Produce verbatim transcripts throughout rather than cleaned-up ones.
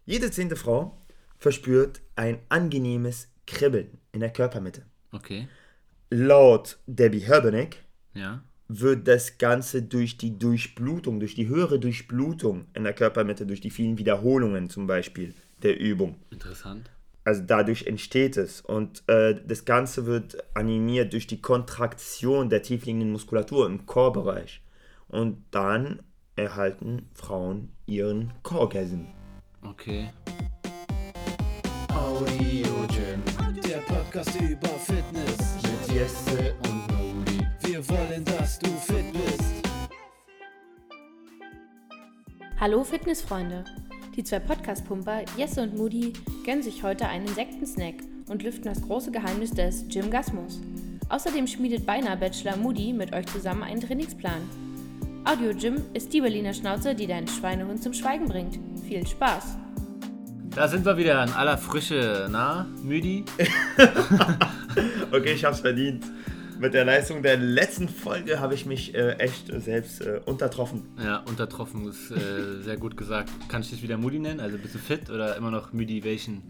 Jede zehnte Frau verspürt ein angenehmes Kribbeln in der Körpermitte. Okay. Laut Debbie Herbenek Ja. wird das Ganze durch die Durchblutung, durch die höhere Durchblutung in der Körpermitte, durch die vielen Wiederholungen zum Beispiel der Übung. Interessant. Also dadurch entsteht es. Und äh, das Ganze wird animiert durch die Kontraktion der tiefliegenden Muskulatur im Core-Bereich. Und dann erhalten Frauen ihren Core-Orgasm. Okay. Audio Gym, der Podcast über Fitness mit Jesse und Nuri. Wir wollen, dass du fit bist. Hallo Fitnessfreunde! Die zwei Podcast-Pumper Jesse und Moody gönnen sich heute einen Insektensnack und lüften das große Geheimnis des Gymgasmus. Außerdem schmiedet beinahe Bachelor Moody mit euch zusammen einen Trainingsplan. Audio Gym ist die Berliner Schnauze, die deinen Schweinehund zum Schweigen bringt. Viel Spaß! Da sind wir wieder in aller Frische. Na, Müdi? Okay, ich hab's verdient. Mit der Leistung der letzten Folge habe ich mich äh, echt äh, selbst äh, untertroffen. Ja, untertroffen ist äh, sehr gut gesagt. Kann ich dich wieder Moody nennen? Also bist du fit oder immer noch Moodivation?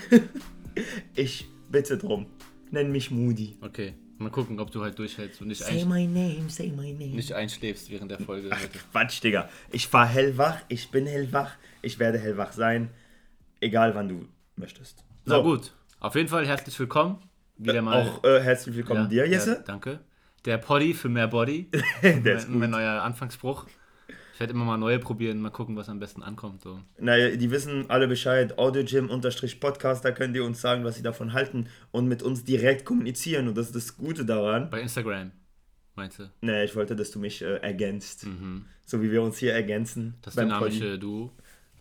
Ich bitte drum. Nenn mich Moody. Okay, mal gucken, ob du halt durchhältst und nicht, Say ein, my name, say my name. nicht einschläfst während der Folge. Ach, heute. Quatsch, Digga. Ich war hellwach, ich bin hellwach, ich werde hellwach sein. Egal, wann du möchtest. Na gut, auf jeden Fall herzlich willkommen. Wieder mal. Auch äh, herzlich willkommen ja, dir, Jesse. Ja, danke. Der Poddy für mehr Body. Der ist mein, mein gut. neuer Anfangsspruch. Ich werde immer mal neue probieren, mal gucken, was am besten ankommt. So. Naja, die wissen alle Bescheid. Audiogym-Podcast, da könnt ihr uns sagen, was sie davon halten und mit uns direkt kommunizieren. Und das ist das Gute daran. Bei Instagram, meinst du? Naja, ich wollte, dass du mich äh, ergänzt. Mhm. So wie wir uns hier ergänzen. Das beim dynamische Poddy. Duo.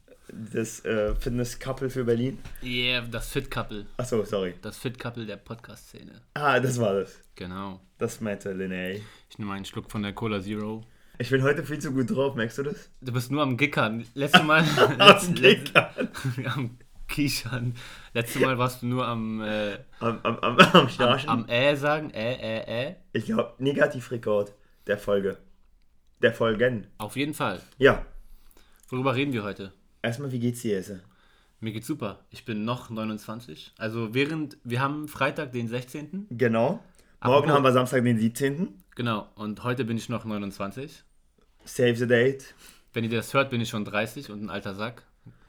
Das äh, Fitness-Couple für Berlin. Yeah, das Fit-Couple. Achso, sorry. Das Fit-Couple der Podcast-Szene. Ah, das war das. Genau. Das meinte Linnea. Ich nehme einen Schluck von der Cola Zero. Ich bin heute viel zu gut drauf, merkst du das? Du bist nur am Gickern. Letztes Mal... Am letzt, Gickern. letzt, am Kichern. Letztes Mal warst du nur am... Äh, Am, am, am, am am, Schnarchen. am Äh sagen. Äh, äh, äh. Ich glaube, Negativrekord der Folge. Der Folgen. Auf jeden Fall. Ja. Worüber reden wir heute? Erstmal, wie geht's dir, Jesse? Mir geht's super. Ich bin noch neunundzwanzig. Also während... Wir haben Freitag, den sechzehnten Genau. Morgen Apropos- haben wir Samstag, den siebzehnten Genau. Und heute bin ich noch neunundzwanzig. Save the date. Wenn ihr das hört, bin ich schon dreißig und ein alter Sack.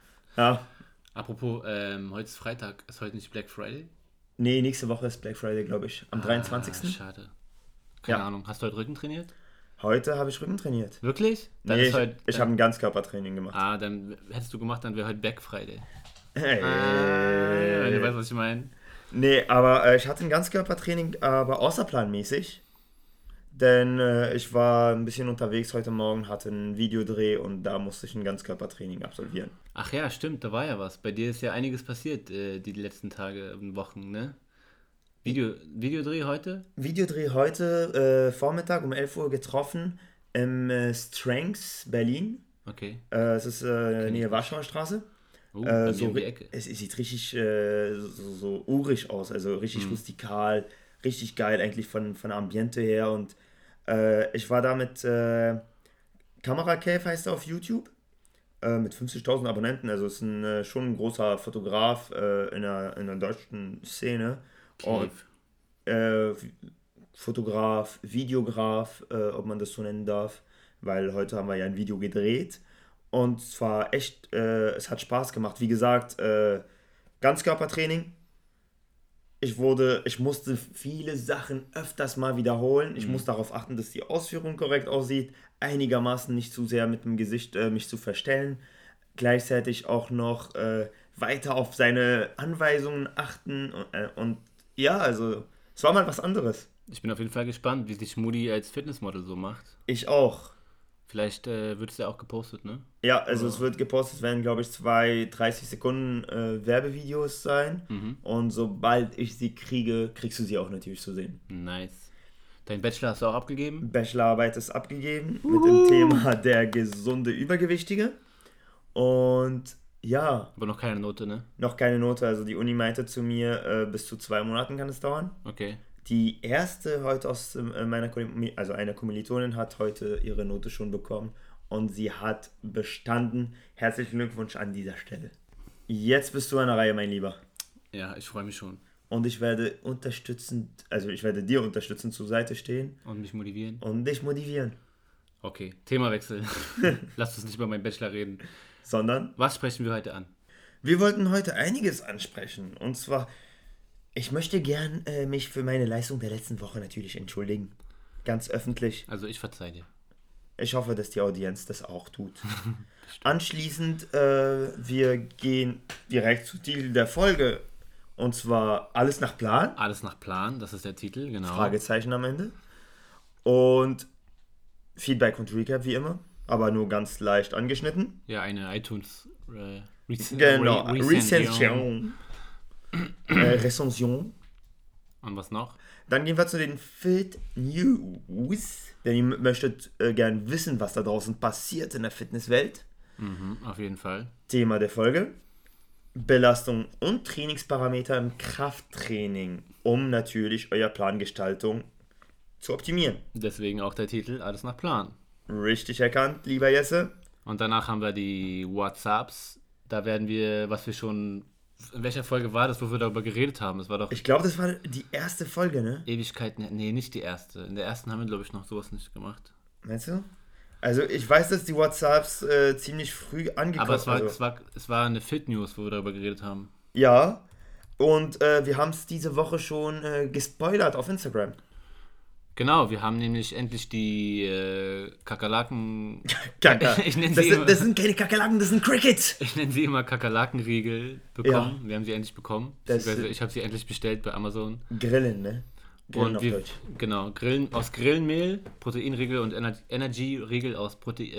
Ja. Apropos, ähm, heute ist Freitag. Ist heute nicht Black Friday? Nee, nächste Woche ist Black Friday, glaube ich. Am dreiundzwanzigsten Ah, schade. Keine Ja. Ahnung. Hast du heute Rücken trainiert? Heute habe ich Rücken trainiert. Wirklich? Dann Nee, ist ich, heute, ich habe ein Ganzkörpertraining gemacht. Ah, dann hättest du gemacht, dann wäre heute Black Friday. Hey. Ah, wenn du weißt, was ich meine. Nee, aber äh, ich hatte ein Ganzkörpertraining, aber außerplanmäßig. Denn äh, ich war ein bisschen unterwegs heute Morgen, hatte einen Videodreh und da musste ich ein Ganzkörpertraining absolvieren. Ach ja, stimmt, da war ja was. Bei dir ist ja einiges passiert, äh, die letzten Tage und Wochen, ne? Video, Videodreh heute? Videodreh heute äh, Vormittag um elf Uhr getroffen im äh, Strengths Berlin. Okay. Äh, es ist äh, ich Nähe nicht. Warschauer Straße. Oh, bei Äh, mir so, um die ri- Ecke. es, es sieht richtig äh, so, so urig aus, also richtig Mhm. rustikal, richtig geil eigentlich von, von der Ambiente her. Und äh, ich war da mit äh, Kameracave, heißt er auf YouTube, äh, mit fünfzigtausend Abonnenten. Also ist ein, äh, schon ein großer Fotograf äh, in, der, in der deutschen Szene. Und Tief. äh, Fotograf, Videograf, äh, ob man das so nennen darf, weil heute haben wir ja ein Video gedreht und zwar echt, äh, es hat Spaß gemacht. Wie gesagt, äh, Ganzkörpertraining. Ich wurde, ich musste viele Sachen öfters mal wiederholen. Ich Mhm. muss darauf achten, dass die Ausführung korrekt aussieht, einigermaßen nicht zu sehr mit dem Gesicht äh, mich zu verstellen. Gleichzeitig auch noch äh, weiter auf seine Anweisungen achten und, äh, und ja, also es war mal was anderes. Ich bin auf jeden Fall gespannt, wie sich Moody als Fitnessmodel so macht. Ich auch. Vielleicht äh, wird es ja auch gepostet, ne? Ja, also Oder- es wird gepostet, es werden glaube ich zwei dreißig Sekunden äh, Werbevideos sein Mhm. und sobald ich sie kriege, kriegst du sie auch natürlich zu sehen. Nice. Dein Bachelor hast du auch abgegeben? Bachelorarbeit ist abgegeben mit dem Thema der gesunde Übergewichtige und ja, Aber noch keine Note, ne? noch keine Note, also die Uni meinte zu mir, äh, bis zu zwei Monaten kann es dauern. Okay. Die erste heute aus äh, meiner Kommilitonin, also eine Kommilitonin hat heute ihre Note schon bekommen und sie hat bestanden. Herzlichen Glückwunsch an dieser Stelle. Jetzt bist du an der Reihe, mein Lieber. Ja, ich freue mich schon. Und ich werde unterstützend, also ich werde dir unterstützend zur Seite stehen. Und mich motivieren. Und dich motivieren. Okay, Themawechsel. Lass uns nicht über meinen Bachelor reden. Sondern? Was sprechen wir heute an? Wir wollten heute einiges ansprechen. Und zwar, ich möchte gern äh, mich für meine Leistung der letzten Woche natürlich entschuldigen. Ganz öffentlich. Also ich verzeih dir. Ich hoffe, dass die Audienz das auch tut. Anschließend, äh, wir gehen direkt zu Titel der Folge. Und zwar alles nach Plan. Alles nach Plan, das ist der Titel, genau. Fragezeichen am Ende. Und Feedback und Recap wie immer. Aber nur ganz leicht angeschnitten. Ja, eine iTunes äh, Rec- Genau, Re- Recension. äh, Recension. Und was noch? Dann gehen wir zu den Fit News. Denn ihr möchtet äh, gern wissen, was da draußen passiert in der Fitnesswelt. Mhm, auf jeden Fall. Thema der Folge. Belastung und Trainingsparameter im Krafttraining, um natürlich eure Plangestaltung zu optimieren. Deswegen auch der Titel Alles nach Plan. Richtig erkannt, lieber Jesse. Und danach haben wir die WhatsApps. Da werden wir, was wir schon... In welcher Folge war das, wo wir darüber geredet haben? Das war doch Ich glaube, das war die erste Folge, ne? Ewigkeiten... Nee, nicht die erste. In der ersten haben wir, glaube ich, noch sowas nicht gemacht. Meinst du? Also ich weiß, dass die WhatsApps äh, ziemlich früh angekommen Aber es war, also, es, war, es war eine Fit-News, wo wir darüber geredet haben. Ja, und äh, wir haben es diese Woche schon äh, gespoilert auf Instagram. Genau, wir haben nämlich endlich die äh, Kakerlaken... Kaka. Ich nenne das, sie, sind, immer- das sind keine Kakerlaken, das sind Crickets. ich nenn sie immer Kakerlakenriegel bekommen. Wir haben sie endlich bekommen. Das- Beziehungsweise ich habe sie endlich bestellt bei Amazon. Grillen, ne? Grillen Und auf wir, Deutsch. genau, Grillen aus Grillenmehl, Proteinriegel und Ener- Energy-Riegel aus Protein...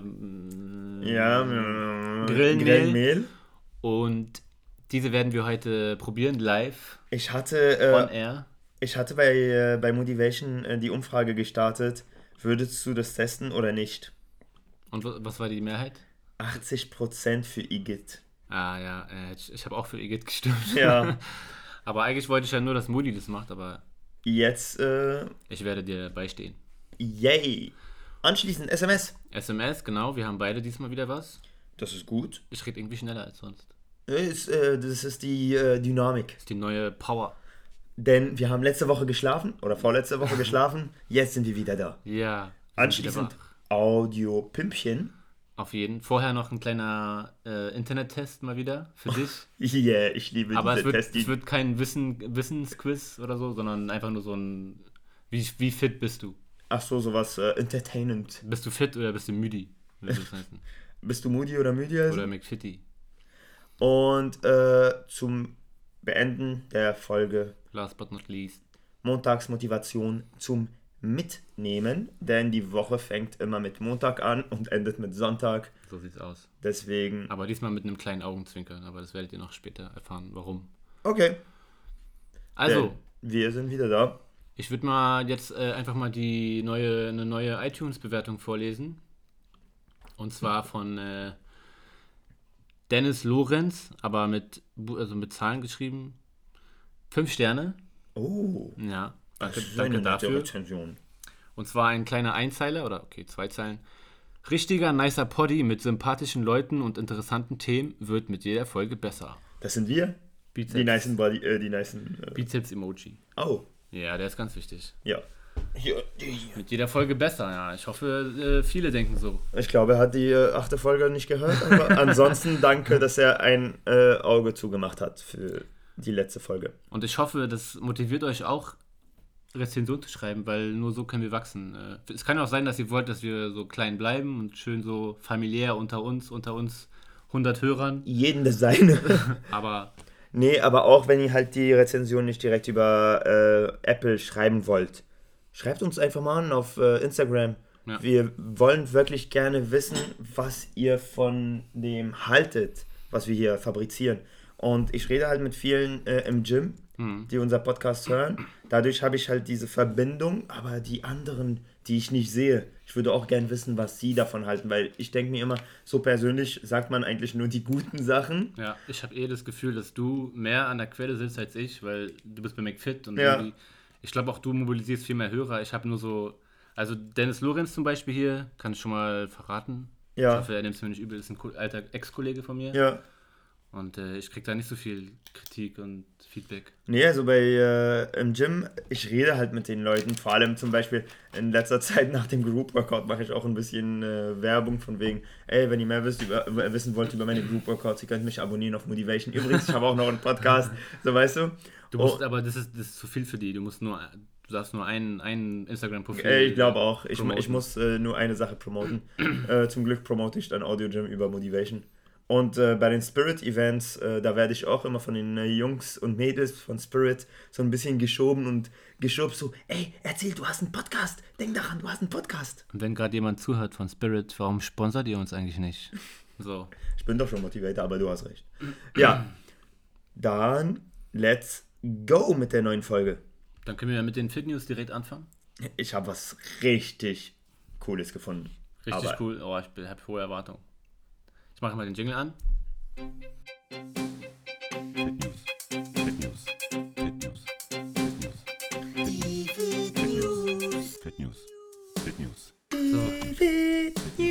ähm, Ja, mm, Grillenmehl. Grillenmehl. Und diese werden wir heute probieren, live, Ich hatte, äh, on air. ich hatte bei, äh, bei Motivation äh, die Umfrage gestartet, würdest du das testen oder nicht? Und wa- was war die Mehrheit? achtzig Prozent für Igitt. Ah ja, äh, ich, ich habe auch für Igitt gestimmt. Ja, Aber eigentlich wollte ich ja nur, dass Moody das macht, aber jetzt, äh, ich werde dir beistehen. yay. Anschließend S M S. S M S, genau, wir haben beide diesmal wieder was. Das ist gut. Ich rede irgendwie schneller als sonst. Ist, äh, das ist die äh, Dynamik. Das ist die neue Power. Denn wir haben letzte Woche geschlafen oder vorletzte Woche geschlafen. Jetzt sind wir wieder da. Ja. wir sind wieder Anschließend wach. Audio-Pimpchen. Auf jeden. Vorher noch ein kleiner äh, Internet-Test mal wieder für dich. Yeah, ich liebe Aber diese es wird, Tests. es wird kein Wissen, Wissensquiz oder so, sondern einfach nur so ein, wie, wie fit bist du? Ach so, sowas äh, entertainend. Bist du fit oder bist du müde? Würde das heißen. Bist du moody oder müde? Also? Oder McFitty. Und äh, zum Beenden der Folge Last but not least. Montagsmotivation zum Mitnehmen. Denn die Woche fängt immer mit Montag an und endet mit Sonntag. So sieht's aus. Deswegen, Aber diesmal mit einem kleinen Augenzwinkern, aber das werdet ihr noch später erfahren, warum. okay. Also, Denn wir sind wieder da. ich würde mal jetzt äh, einfach mal die neue, eine neue iTunes-Bewertung vorlesen. Und zwar von äh, Dennis Lorenz, aber mit, Bu- also mit Zahlen geschrieben. Fünf Sterne. Oh, Ja, danke, das ist danke eine nette dafür. Rezension. Und zwar ein kleiner Einzeiler, oder okay, zwei Zeilen. Richtiger, nicer Poddy mit sympathischen Leuten und interessanten Themen wird mit jeder Folge besser. Das sind wir? Bizeps, Die nicen Body, äh, die nicen. Äh, Bizeps-Emoji. oh, Ja, der ist ganz wichtig. ja. Hier, hier. Mit jeder Folge besser, ja. Ich hoffe, äh, viele denken so. Ich glaube, er hat die äh, achte Folge nicht gehört, aber ansonsten danke, dass er ein äh, Auge zugemacht hat für die letzte Folge. Und ich hoffe, das motiviert euch auch, Rezension zu schreiben, weil nur so können wir wachsen. Äh, Es kann auch sein, dass ihr wollt, dass wir so klein bleiben und schön so familiär unter uns, unter uns hundert Hörern. Jeden das seine. Aber Nee, aber auch wenn ihr halt die Rezension nicht direkt über äh, Apple schreiben wollt, schreibt uns einfach mal an auf äh, Instagram. Ja. Wir wollen wirklich gerne wissen, was ihr von dem haltet, was wir hier fabrizieren. Und ich rede halt mit vielen äh, im Gym, hm, die unser Podcast hören. Dadurch habe ich halt diese Verbindung, aber die anderen, die ich nicht sehe, ich würde auch gern wissen, was sie davon halten, weil ich denke mir immer, so persönlich sagt man eigentlich nur die guten Sachen. ja, ich habe eh das Gefühl, dass du mehr an der Quelle sitzt als ich, weil du bist bei McFit und Ja. irgendwie, ich glaube auch du mobilisierst viel mehr Hörer. Ich habe nur so, also Dennis Lorenz zum Beispiel hier, kann ich schon mal verraten. Ich Ja, hoffe, er nimmt es mir nicht übel, ist ein Ko- alter Ex-Kollege von mir. ja. Und äh, ich krieg da nicht so viel Kritik und Feedback. Nee, also bei äh, im Gym, ich rede halt mit den Leuten, vor allem zum Beispiel in letzter Zeit nach dem Group Workout mache ich auch ein bisschen äh, Werbung von wegen, ey, wenn ihr mehr wisst, über, über, wissen wollt über meine Group Workouts, ihr könnt mich abonnieren auf Motivation. Übrigens, ich habe auch noch einen Podcast, so weißt du. Du musst oh, aber, das ist, das ist zu viel für die, du musst nur, du darfst nur ein, ein Instagram-Profil äh, Ich glaube auch, ich, promoten. ich muss äh, nur eine Sache promoten. äh, zum Glück promote ich dann Audio Gym über Motivation. Und äh, bei den Spirit-Events, äh, da werde ich auch immer von den äh, Jungs und Mädels von Spirit so ein bisschen geschoben und geschubst, so, ey, erzähl, du hast einen Podcast, denk daran, du hast einen Podcast. Und wenn gerade jemand zuhört von Spirit, warum sponsert ihr uns eigentlich nicht? So. Ich bin doch schon Motivator, aber du hast recht. Ja, dann let's go mit der neuen Folge. Dann können wir mit den Fit News direkt anfangen. Ich habe was richtig Cooles gefunden. Richtig aber cool, oh, ich habe hohe Erwartungen. Ich mache mal den Jingle an. Fit News, Fit News, Fit News, Fit News, Fit News, Fit News. So.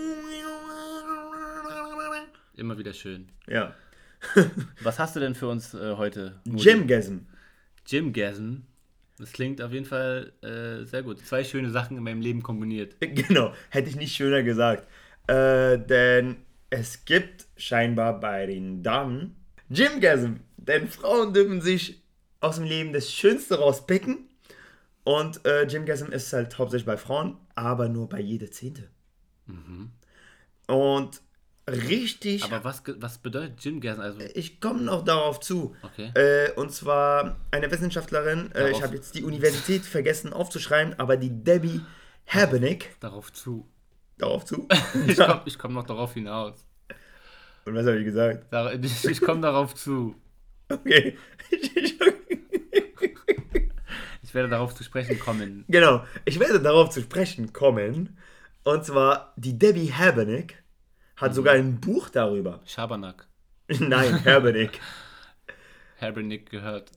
Immer wieder schön. Ja. Was hast du denn für uns äh, heute? Moody? Gymgasm. Gymgasm. Das klingt auf jeden Fall äh, sehr gut. Zwei schöne Sachen in meinem Leben kombiniert. Genau, hätte ich nicht schöner gesagt. Äh, denn es gibt scheinbar bei den Damen Gymgasm. Denn Frauen dürfen sich aus dem Leben das Schönste rauspicken. Und äh, Gymgasm ist halt hauptsächlich bei Frauen, aber nur bei jede Zehnte. Mhm. Und richtig... Aber was, ge- was bedeutet Gymgasm? Also, Ich komme noch darauf zu. okay. Äh, und zwar eine Wissenschaftlerin, äh, ich Darauf- habe jetzt die Universität vergessen aufzuschreiben, aber die Debbie Habenick, Darauf zu. darauf zu. Ich komme ich komm noch darauf hinaus. Und was habe ich gesagt? Dar- Ich, ich komme darauf zu. Okay. Ich werde darauf zu sprechen kommen. Genau, ich werde darauf zu sprechen kommen. Und zwar, die Debbie Habenick hat sogar ein Buch darüber. Schabernack. Nein, Habenick. Herbernick gehört.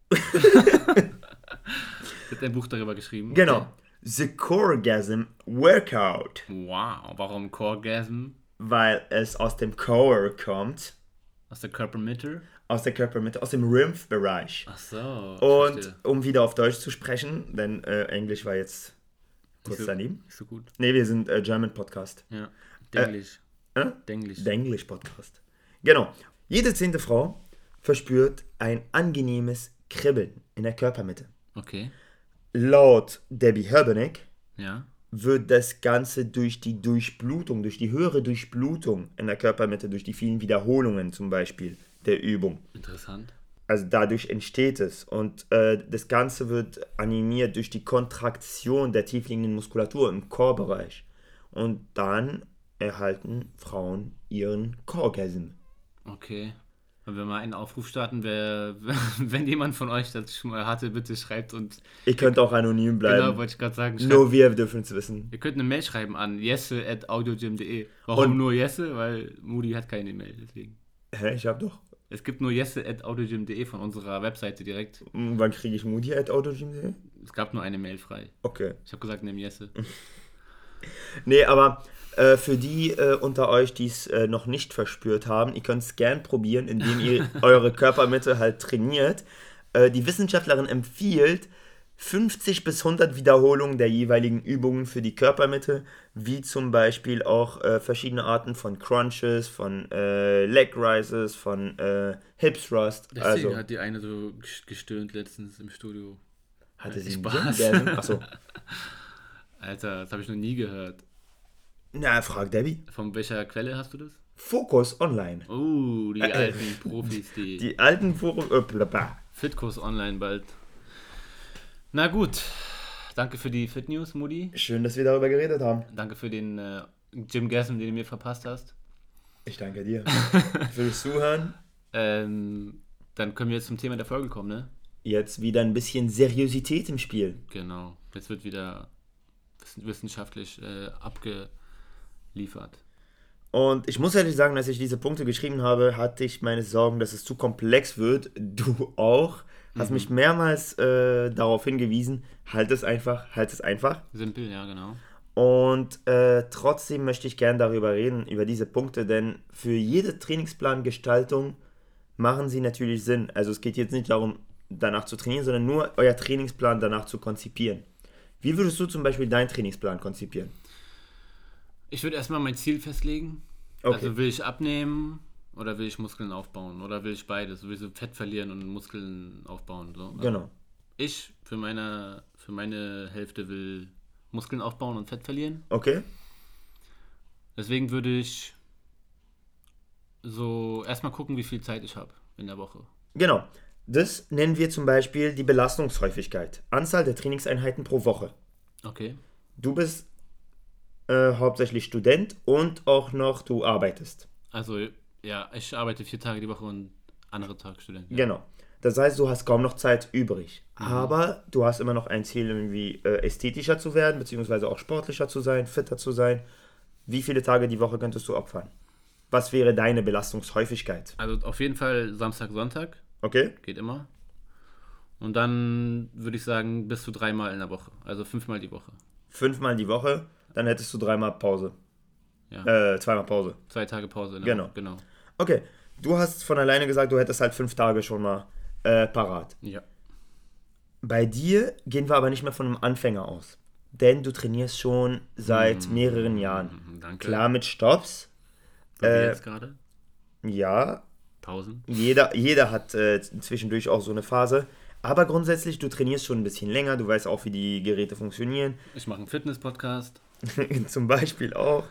Hat ein Buch darüber geschrieben. Genau. The Coregasm Workout. Wow, warum Coregasm? Weil es aus dem Core kommt. Aus der Körpermitte? Aus der Körpermitte, aus dem Rumpfbereich. Ach so. ich Und verstehe. um wieder auf Deutsch zu sprechen, denn äh, Englisch war jetzt kurz Nicht so- daneben. Nicht so gut. Ne, wir sind äh, German Podcast. Ja. Denglisch. Äh? Denglisch. Denglisch Podcast. Genau. Jede zehnte Frau verspürt ein angenehmes Kribbeln in der Körpermitte. Okay. Laut Debbie Habenick Ja. wird das Ganze durch die Durchblutung, durch die höhere Durchblutung in der Körpermitte, durch die vielen Wiederholungen zum Beispiel der Übung. Interessant. Also dadurch entsteht es. Und äh, das Ganze wird animiert durch die Kontraktion der tiefliegenden Muskulatur im Core-Bereich. Und dann erhalten Frauen ihren Coregasm. Okay. Wenn wir mal einen Aufruf starten, wer, wenn jemand von euch das schon mal hatte, bitte schreibt und. Ihr könnt auch anonym Genau, bleiben. wollte ich gerade sagen. Schreibt, Nur wir dürfen es wissen. ihr könnt eine Mail schreiben an jesse at audiogym punkt de. Warum Und- nur Jesse? Weil Moody hat keine Mail, deswegen. Hä, ich hab doch. Es gibt nur jesse at audiogym punkt de von unserer Webseite direkt. Hm, Wann kriege ich Moody at autogym.de? Es gab nur eine Mail frei. Okay. Ich habe gesagt, nimm Jesse. Nee, aber äh, für die äh, unter euch, die es äh, noch nicht verspürt haben, ihr könnt es gern probieren, indem ihr eure Körpermitte halt trainiert. Äh, die Wissenschaftlerin empfiehlt fünfzig bis hundert Wiederholungen der jeweiligen Übungen für die Körpermitte, wie zum Beispiel auch äh, verschiedene Arten von Crunches, von äh, Leg Rises, von äh, Hip Thrust. Deswegen Also hat die eine so ges- gestöhnt letztens im Studio. hatte sie einen Spaß. Gym-Gasm? Achso. Alter, das habe ich noch nie gehört. Na, frag Debbie. Von welcher Quelle hast du das? Focus Online. Oh, die Äh, alten Profis, die, Die alten Forum... Äh, blabla. Fitkurs online bald. Na gut, danke für die Fit News, Moody. Schön, dass wir darüber geredet haben. Danke für den äh, Gymgasm, den du mir verpasst hast. Ich danke dir fürs Zuhören. Ähm, dann können wir jetzt zum Thema der Folge kommen, ne? Jetzt wieder ein bisschen Seriosität im Spiel. Genau. Jetzt wird wieder wiss- wissenschaftlich äh, abgeliefert. Und ich muss ehrlich sagen, als ich diese Punkte geschrieben habe, hatte ich meine Sorgen, dass es zu komplex wird. Du auch. Hast Mhm. mich mehrmals äh, darauf hingewiesen, halt es einfach, halt es einfach. Simpel, ja, genau. Und äh, trotzdem möchte ich gerne darüber reden, über diese Punkte, denn für jede Trainingsplangestaltung machen sie natürlich Sinn. Also es geht jetzt nicht darum, danach zu trainieren, sondern nur euer Trainingsplan danach zu konzipieren. Wie würdest du zum Beispiel deinen Trainingsplan konzipieren? Ich würde erstmal mein Ziel festlegen. Okay. Also will ich abnehmen oder will ich Muskeln aufbauen oder will ich beides? Will ich so Fett verlieren und Muskeln aufbauen? So. Also Genau. Ich für meine, für meine Hälfte will Muskeln aufbauen und Fett verlieren. Okay. Deswegen würde ich so erstmal gucken, wie viel Zeit ich habe in der Woche. Genau. Das nennen wir zum Beispiel die Belastungshäufigkeit. Anzahl der Trainingseinheiten pro Woche. Okay. Du bist äh, hauptsächlich Student und auch noch du arbeitest. Also ja, ich arbeite vier Tage die Woche und andere Tage Student. Ja. Genau. Das heißt, du hast kaum noch Zeit übrig. Mhm. Aber du hast immer noch ein Ziel, irgendwie äh, ästhetischer zu werden, beziehungsweise auch sportlicher zu sein, fitter zu sein. Wie viele Tage die Woche könntest du opfern? Was wäre deine Belastungshäufigkeit? Also auf jeden Fall Samstag, Sonntag. Okay. Geht immer. Und dann würde ich sagen, bis zu dreimal in der Woche. Also fünfmal die Woche. Fünfmal die Woche, dann hättest du dreimal Pause. Ja. Äh, zweimal Pause. Zwei Tage Pause in der Genau. Woche. Genau. Okay. Du hast von alleine gesagt, du hättest halt fünf Tage schon mal äh, parat. Ja. Bei dir gehen wir aber nicht mehr von einem Anfänger aus. Denn du trainierst schon seit Mm, mehreren Jahren. Danke. Klar mit Stopps. So wie äh, jetzt gerade. Ja, Pausen. Jeder, jeder hat äh, zwischendurch auch so eine Phase. Aber grundsätzlich, du trainierst schon ein bisschen länger. Du weißt auch, wie die Geräte funktionieren. Ich mache einen Fitness-Podcast. Zum Beispiel auch.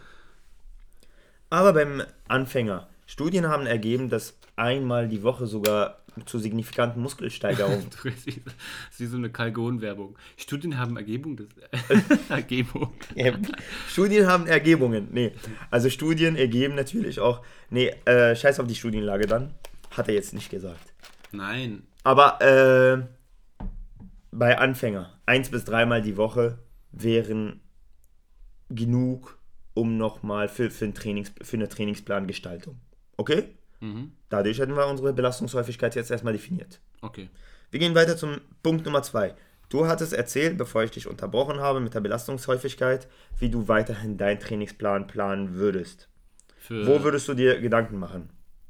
Aber beim Anfänger. Studien haben ergeben, dass einmal die Woche sogar zu signifikanten Muskelsteigerungen. Das ist wie so eine Kalgon-Werbung. Studien haben Ergebung. Das Ergebung. Ja, Studien haben Ergebungen. Nee, also Studien ergeben natürlich auch. Nee, äh, scheiß auf die Studienlage dann. Hat er jetzt nicht gesagt. Nein. Aber äh, bei Anfänger, eins bis dreimal die Woche wären genug, um nochmal für, für, ein Trainings, für eine Trainingsplangestaltung. Okay? Mhm. Dadurch hätten wir unsere Belastungshäufigkeit jetzt erstmal definiert. Okay. Wir gehen weiter zum Punkt Nummer zwei. Du hattest erzählt, bevor ich dich unterbrochen habe mit der Belastungshäufigkeit, wie du weiterhin deinen Trainingsplan planen würdest. Für Wo würdest du dir Gedanken machen?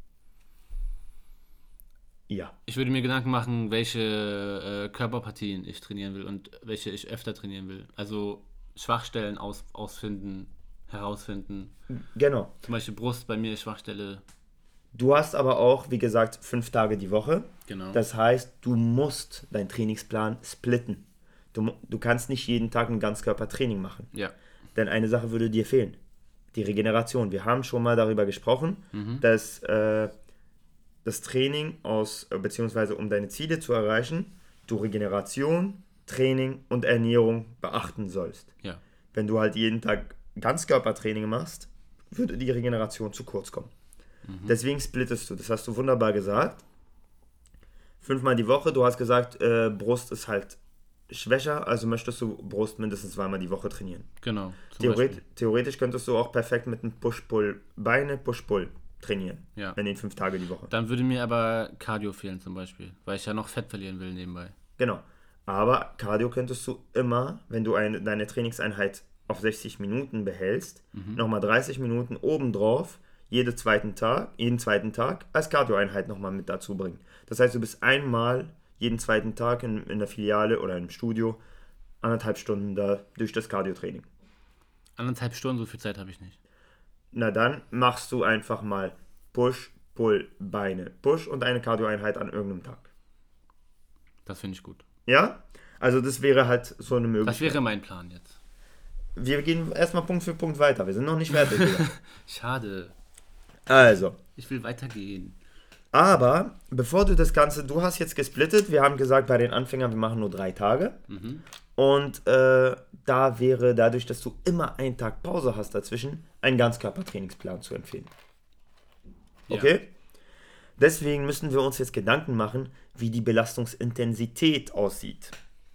Ja. Ich würde mir Gedanken machen, welche äh, Körperpartien ich trainieren will und welche ich öfter trainieren will. Also Schwachstellen aus, ausfinden, herausfinden. Genau. Zum Beispiel Brust bei mir, Schwachstelle. Du hast aber auch, wie gesagt, fünf Tage die Woche. Genau. Das heißt, du musst deinen Trainingsplan splitten. Du, du kannst nicht jeden Tag ein Ganzkörpertraining machen. Ja. Denn eine Sache würde dir fehlen. Die Regeneration. Wir haben schon mal darüber gesprochen, Mhm. dass äh, das Training aus, beziehungsweise um deine Ziele zu erreichen, du Regeneration, Training und Ernährung beachten sollst. Ja. Wenn du halt jeden Tag Ganzkörpertraining machst, würde die Regeneration zu kurz kommen. Mhm. Deswegen splittest du. Das hast du wunderbar gesagt. Fünfmal die Woche. Du hast gesagt, äh, Brust ist halt schwächer, also möchtest du Brust mindestens zweimal die Woche trainieren. Genau. zum Theoret Beispiel. theoretisch könntest du auch perfekt mit einem Push-Pull Beine, Push-Pull trainieren. Ja. In den fünf Tage die Woche. Dann würde mir aber Cardio fehlen zum Beispiel, weil ich ja noch Fett verlieren will nebenbei. Genau. Aber Cardio könntest du immer, wenn du eine, deine Trainingseinheit auf sechzig Minuten behältst, Mhm. nochmal dreißig Minuten obendrauf, jeden zweiten Tag, jeden zweiten Tag als Cardio-Einheit nochmal mit dazu bringen. Das heißt, du bist einmal jeden zweiten Tag in, in der Filiale oder im Studio anderthalb Stunden da durch das Cardio-Training. Anderthalb Stunden, so viel Zeit habe ich nicht. Na dann machst du einfach mal Push, Pull, Beine, Push und eine Cardio-Einheit an irgendeinem Tag. Das finde ich gut. Ja? Also das wäre halt so eine Möglichkeit. Das wäre mein Plan jetzt. Wir gehen erstmal Punkt für Punkt weiter. Wir sind noch nicht fertig. Digga. Schade. Also, Ich will weitergehen. aber bevor du das Ganze, du hast jetzt gesplittet, wir haben gesagt, bei den Anfängern, wir machen nur drei Tage. Mhm. Und äh, da wäre dadurch, dass du immer einen Tag Pause hast dazwischen, ein Ganzkörpertrainingsplan zu empfehlen. Ja. Okay? Deswegen müssen wir uns jetzt Gedanken machen, wie die Belastungsintensität aussieht.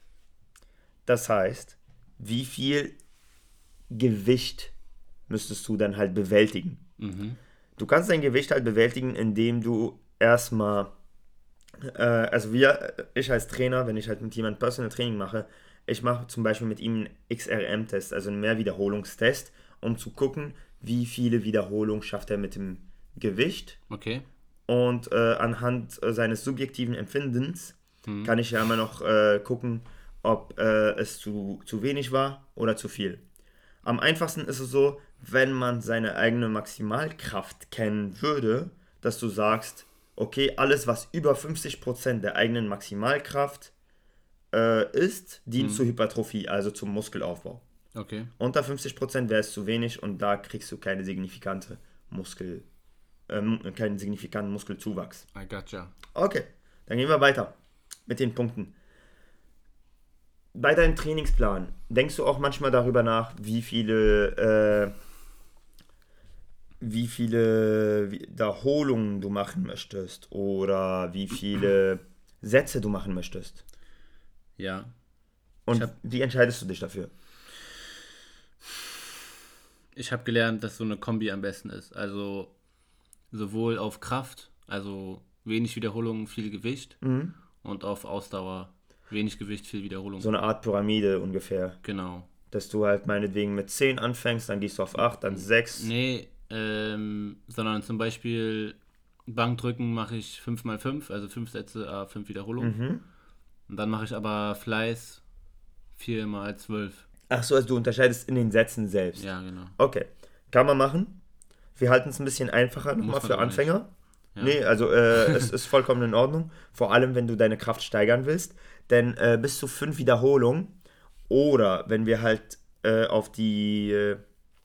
Das heißt, wie viel Gewicht müsstest du dann halt bewältigen? Mhm. Du kannst dein Gewicht halt bewältigen, indem du erstmal, äh, also wir, ich als Trainer, wenn ich halt mit jemandem Personal Training mache, ich mache zum Beispiel mit ihm einen X R M-Test, also einen Mehrwiederholungstest, um zu gucken, wie viele Wiederholungen schafft er mit dem Gewicht. Okay. Und äh, anhand äh, seines subjektiven Empfindens hm. kann ich ja immer noch äh, gucken, ob äh, es zu, zu wenig war oder zu viel. Am einfachsten ist es so, wenn man seine eigene Maximalkraft kennen würde, dass du sagst, okay, alles, was über fünfzig Prozent der eigenen Maximalkraft äh, ist, dient hm. zur Hypertrophie, also zum Muskelaufbau. Okay. Unter fünfzig Prozent wäre es zu wenig und da kriegst du keine signifikante Muskel, ähm, keinen signifikanten Muskelzuwachs. I gotcha. Okay, dann gehen wir weiter mit den Punkten. Bei deinem Trainingsplan, denkst du auch manchmal darüber nach, wie viele, äh, wie viele Wiederholungen du machen möchtest oder wie viele Sätze du machen möchtest? Ja. Und hab, wie entscheidest du dich dafür? Ich habe gelernt, dass so eine Kombi am besten ist. Also sowohl auf Kraft, also wenig Wiederholungen, viel Gewicht mhm. und auf Ausdauer. Wenig Gewicht, viel Wiederholung. So eine Art Pyramide ungefähr. Genau. Dass du halt meinetwegen mit zehn anfängst, dann gehst du auf acht, dann sechs. Nee, ähm, sondern zum Beispiel Bankdrücken mache ich fünf mal fünf, also fünf Sätze, äh, fünf Wiederholungen. Mhm. Und dann mache ich aber Fleiß vier mal zwölf. Ach so, also du unterscheidest in den Sätzen selbst. Ja, genau. Okay, kann man machen. Wir halten es ein bisschen einfacher nochmal für Anfänger. Ja. Nee, also äh, es ist vollkommen in Ordnung. Vor allem, wenn du deine Kraft steigern willst. Denn äh, bis zu fünf Wiederholungen oder wenn wir halt äh, auf die äh,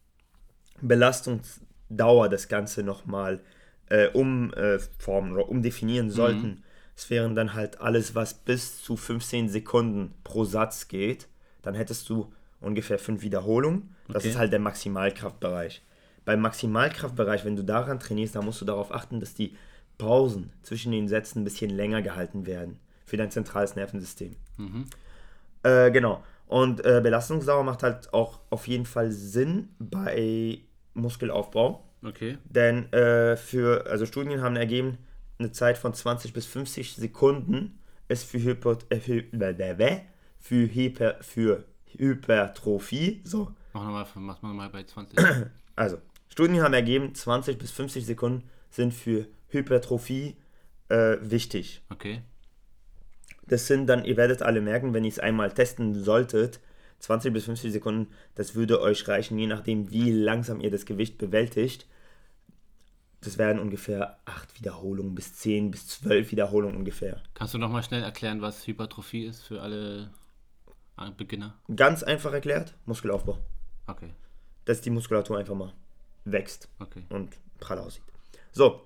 Belastungsdauer das Ganze nochmal äh, umformen oder umdefinieren sollten, mhm. es wären dann halt alles, was bis zu fünfzehn Sekunden pro Satz geht, dann hättest du ungefähr fünf Wiederholungen. Das okay. ist halt der Maximalkraftbereich. Beim Maximalkraftbereich, wenn du daran trainierst, dann musst du darauf achten, dass die Pausen zwischen den Sätzen ein bisschen länger gehalten werden. Für dein zentrales Nervensystem. Mhm. Äh, genau. Und äh, Belastungsdauer macht halt auch auf jeden Fall Sinn bei Muskelaufbau. Okay. Denn äh, für, also Studien haben ergeben, eine Zeit von zwanzig bis fünfzig Sekunden ist für, Hyper, äh, für, für, Hyper, für Hypertrophie. So. Mach nochmal, mach mal bei zwanzig. Also, Studien haben ergeben, zwanzig bis fünfzig Sekunden sind für Hypertrophie äh, wichtig. Okay. Das sind dann, ihr werdet alle merken, wenn ihr es einmal testen solltet, zwanzig bis fünfzig Sekunden, das würde euch reichen, je nachdem, wie langsam ihr das Gewicht bewältigt. Das wären ungefähr acht Wiederholungen bis zehn bis zwölf Wiederholungen ungefähr. Kannst du nochmal schnell erklären, was Hypertrophie ist für alle Beginner? Ganz einfach erklärt, Muskelaufbau. Okay. Dass die Muskulatur einfach mal wächst okay. und prall aussieht. So.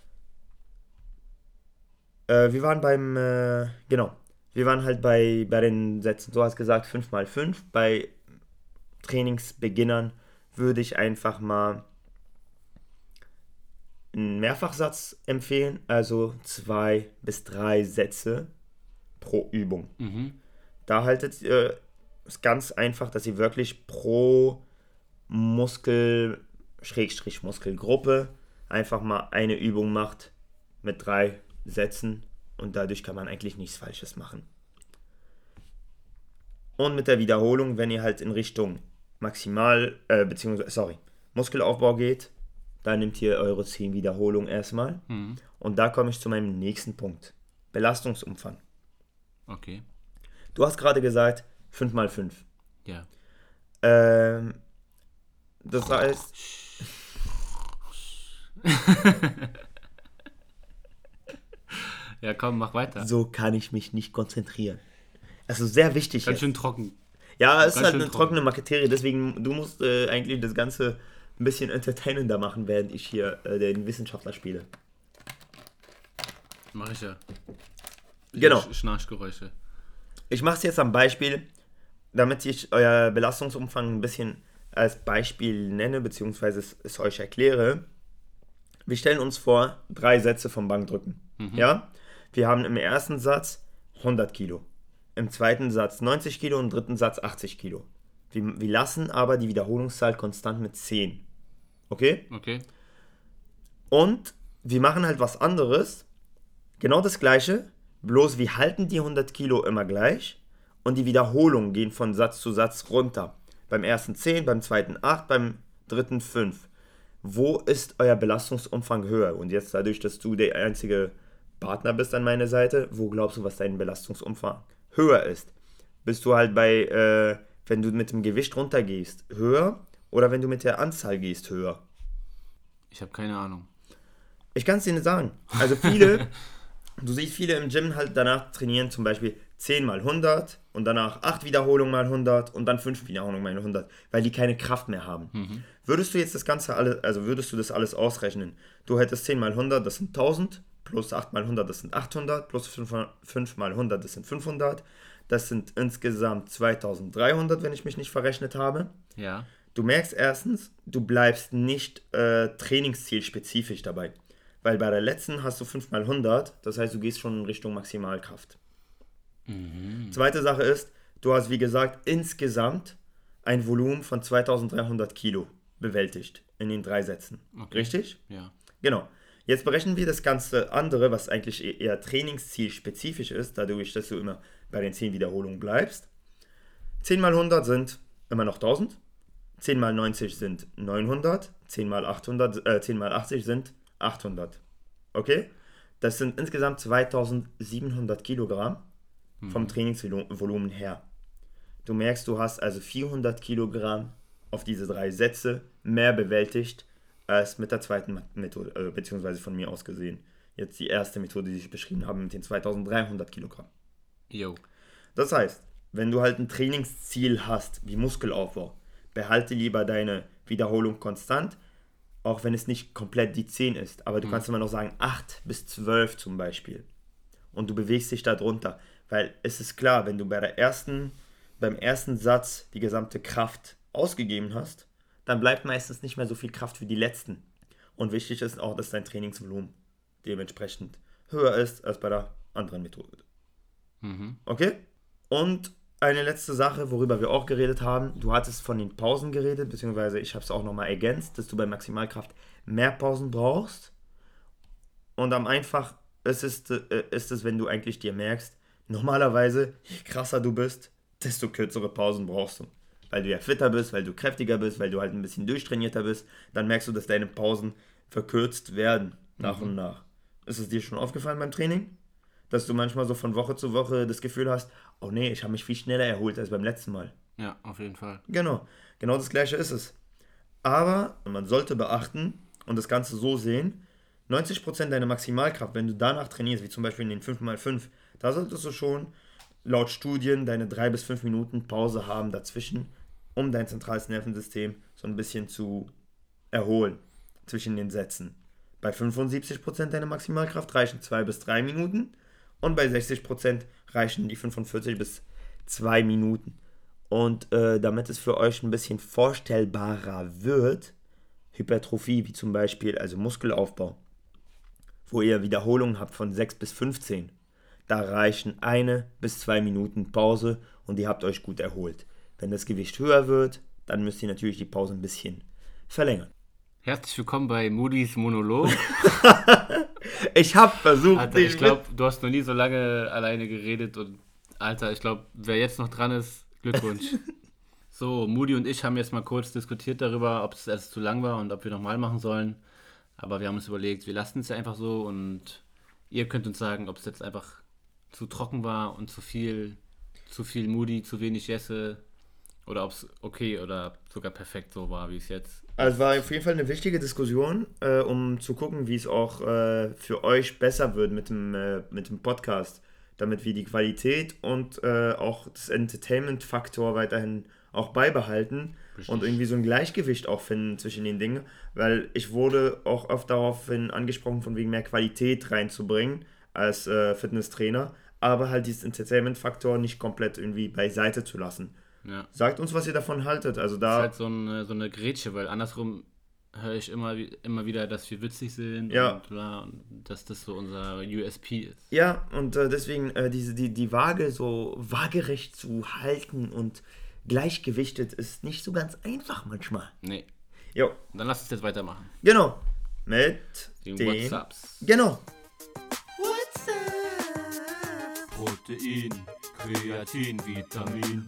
Äh, wir waren beim, äh, genau, wir waren halt bei, bei den Sätzen, du hast gesagt fünf mal fünf, bei Trainingsbeginnern würde ich einfach mal einen Mehrfachsatz empfehlen, also zwei bis drei Sätze pro Übung. Mhm. Da haltet ihr es ganz einfach, dass ihr wirklich pro Muskel, Schrägstrich Muskelgruppe einfach mal eine Übung macht mit drei Sätzen und dadurch kann man eigentlich nichts Falsches machen. Und mit der Wiederholung, wenn ihr halt in Richtung Maximal, äh, beziehungsweise, sorry, Muskelaufbau geht, dann nehmt ihr eure zehn Wiederholungen erstmal. Mhm. Und da komme ich zu meinem nächsten Punkt. Belastungsumfang. Okay. Du hast gerade gesagt, fünf mal fünf. Ja. Ähm, das heißt... Ja, komm, mach weiter. So kann ich mich nicht konzentrieren. Also sehr wichtig. Ganz jetzt. schön trocken. Ja, es ist halt eine trocken. trockene Materie, deswegen, du musst äh, eigentlich das Ganze ein bisschen entertainender machen, während ich hier äh, den Wissenschaftler spiele. Mach ich ja. Genau. Sch- Schnarchgeräusche. Ich mache es jetzt am Beispiel, damit ich euer Belastungsumfang ein bisschen als Beispiel nenne, beziehungsweise es, es euch erkläre. Wir stellen uns vor, drei Sätze vom Bankdrücken. Mhm. Ja? Wir haben im ersten Satz hundert Kilo, im zweiten Satz neunzig Kilo und im dritten Satz achtzig Kilo. Wir, wir lassen aber die Wiederholungszahl konstant mit zehn. Okay? Okay. Und wir machen halt was anderes, genau das gleiche, bloß wir halten die hundert Kilo immer gleich und die Wiederholungen gehen von Satz zu Satz runter. Beim ersten zehn, beim zweiten acht, beim dritten fünf. Wo ist euer Belastungsumfang höher? Und jetzt dadurch, dass du der einzige Partner bist an meiner Seite, wo glaubst du, was dein Belastungsumfang höher ist? Bist du halt bei, äh, wenn du mit dem Gewicht runtergehst, höher oder wenn du mit der Anzahl gehst, höher? Ich habe keine Ahnung. Ich kann es dir nicht sagen. Also viele, du siehst viele im Gym halt danach trainieren zum Beispiel zehn mal hundert und danach acht Wiederholungen mal hundert und dann fünf Wiederholungen mal hundert, weil die keine Kraft mehr haben. Mhm. Würdest du jetzt das Ganze alles, also würdest du das alles ausrechnen? Du hättest zehn mal hundert, das sind tausend, plus acht mal hundert, das sind achthundert, plus fünf mal hundert, das sind fünfhundert. Das sind insgesamt zweitausenddreihundert, wenn ich mich nicht verrechnet habe. Ja. Du merkst erstens, du bleibst nicht äh, trainingszielspezifisch dabei. Weil bei der letzten hast du fünf mal hundert, das heißt, du gehst schon in Richtung Maximalkraft. Mhm. Zweite Sache ist, du hast wie gesagt insgesamt ein Volumen von zweitausenddreihundert Kilo bewältigt in den drei Sätzen. Okay. Richtig? Ja. Genau. Jetzt berechnen wir das ganze andere, was eigentlich eher trainingszielspezifisch ist, dadurch, dass du immer bei den zehn Wiederholungen bleibst. zehn mal hundert sind immer noch tausend, zehn mal neunzig sind neunhundert, zehn mal achthundert, äh, zehn mal achtzig sind achthundert. Okay? Das sind insgesamt zweitausendsiebenhundert Kilogramm vom mhm. Trainingsvolumen her. Du merkst, du hast also vierhundert Kilogramm auf diese drei Sätze mehr bewältigt als mit der zweiten Methode, äh, beziehungsweise von mir aus gesehen. Jetzt die erste Methode, die ich beschrieben habe, mit den zweitausenddreihundert Kilogramm. Jo. Das heißt, wenn du halt ein Trainingsziel hast, wie Muskelaufbau, behalte lieber deine Wiederholung konstant, auch wenn es nicht komplett die zehn ist. Aber du mhm. kannst immer noch sagen acht bis zwölf zum Beispiel. Und du bewegst dich da drunter. Weil es ist klar, wenn du bei der ersten, beim ersten Satz die gesamte Kraft ausgegeben hast, dann bleibt meistens nicht mehr so viel Kraft für die letzten. Und wichtig ist auch, dass dein Trainingsvolumen dementsprechend höher ist als bei der anderen Methode. Mhm. Okay? Und eine letzte Sache, worüber wir auch geredet haben. Du hattest von den Pausen geredet, beziehungsweise ich habe es auch nochmal ergänzt, dass du bei Maximalkraft mehr Pausen brauchst. Und am einfach ist es, äh, ist es, wenn du eigentlich dir merkst, normalerweise, je krasser du bist, desto kürzere Pausen brauchst du. Weil du ja fitter bist, weil du kräftiger bist, weil du halt ein bisschen durchtrainierter bist, dann merkst du, dass deine Pausen verkürzt werden, nach mhm. und nach. Ist es dir schon aufgefallen beim Training? Dass du manchmal so von Woche zu Woche das Gefühl hast, oh nee, ich habe mich viel schneller erholt als beim letzten Mal. Ja, auf jeden Fall. Genau, genau das Gleiche ist es. Aber man sollte beachten und das Ganze so sehen, neunzig Prozent deiner Maximalkraft, wenn du danach trainierst, wie zum Beispiel in den fünf mal fünf, da solltest du schon laut Studien deine drei bis fünf Minuten Pause haben dazwischen, um dein zentrales Nervensystem so ein bisschen zu erholen zwischen den Sätzen. Bei fünfundsiebzig Prozent deiner Maximalkraft reichen zwei bis drei Minuten und bei sechzig Prozent reichen die fünfundvierzig bis zwei Minuten. Und äh, damit es für euch ein bisschen vorstellbarer wird, Hypertrophie wie zum Beispiel, also Muskelaufbau, wo ihr Wiederholungen habt von sechs bis fünfzehn, da reichen eine bis zwei Minuten Pause und ihr habt euch gut erholt. Wenn das Gewicht höher wird, dann müsst ihr natürlich die Pause ein bisschen verlängern. Herzlich willkommen bei Moody's Monolog. Ich habe versucht, Alter, ich glaube, du hast noch nie so lange alleine geredet und Alter, ich glaube, wer jetzt noch dran ist, Glückwunsch. So, Moody und ich haben jetzt mal kurz diskutiert darüber, ob es erst zu lang war und ob wir nochmal machen sollen. Aber wir haben uns überlegt, wir lassen es ja einfach so und ihr könnt uns sagen, ob es jetzt einfach zu trocken war und zu viel, zu viel Moody, zu wenig Jesse oder ob es okay oder sogar perfekt so war, wie es jetzt. Also es war auf jeden Fall eine wichtige Diskussion, äh, um zu gucken, wie es auch äh, für euch besser wird mit dem, äh, mit dem Podcast, damit wir die Qualität und äh, auch das Entertainment-Faktor weiterhin auch beibehalten. Richtig. Und irgendwie so ein Gleichgewicht auch finden zwischen den Dingen, weil ich wurde auch oft daraufhin angesprochen, von wegen mehr Qualität reinzubringen als äh, Fitnesstrainer, aber halt dieses Entertainment-Faktor nicht komplett irgendwie beiseite zu lassen. Ja. Sagt uns, was ihr davon haltet. Also da das ist halt so eine, so eine Grätsche, weil andersrum höre ich immer, immer wieder, dass wir witzig sind ja. und, bla, und dass das so unser U S P ist. Ja, und äh, deswegen äh, diese, die, die Waage so waagerecht zu halten und gleichgewichtet ist nicht so ganz einfach manchmal. Nee. Jo. Dann lass uns jetzt weitermachen. Genau. Mit den, den WhatsApps. Genau. WhatsApp. Protein, Kreatin, Vitamin.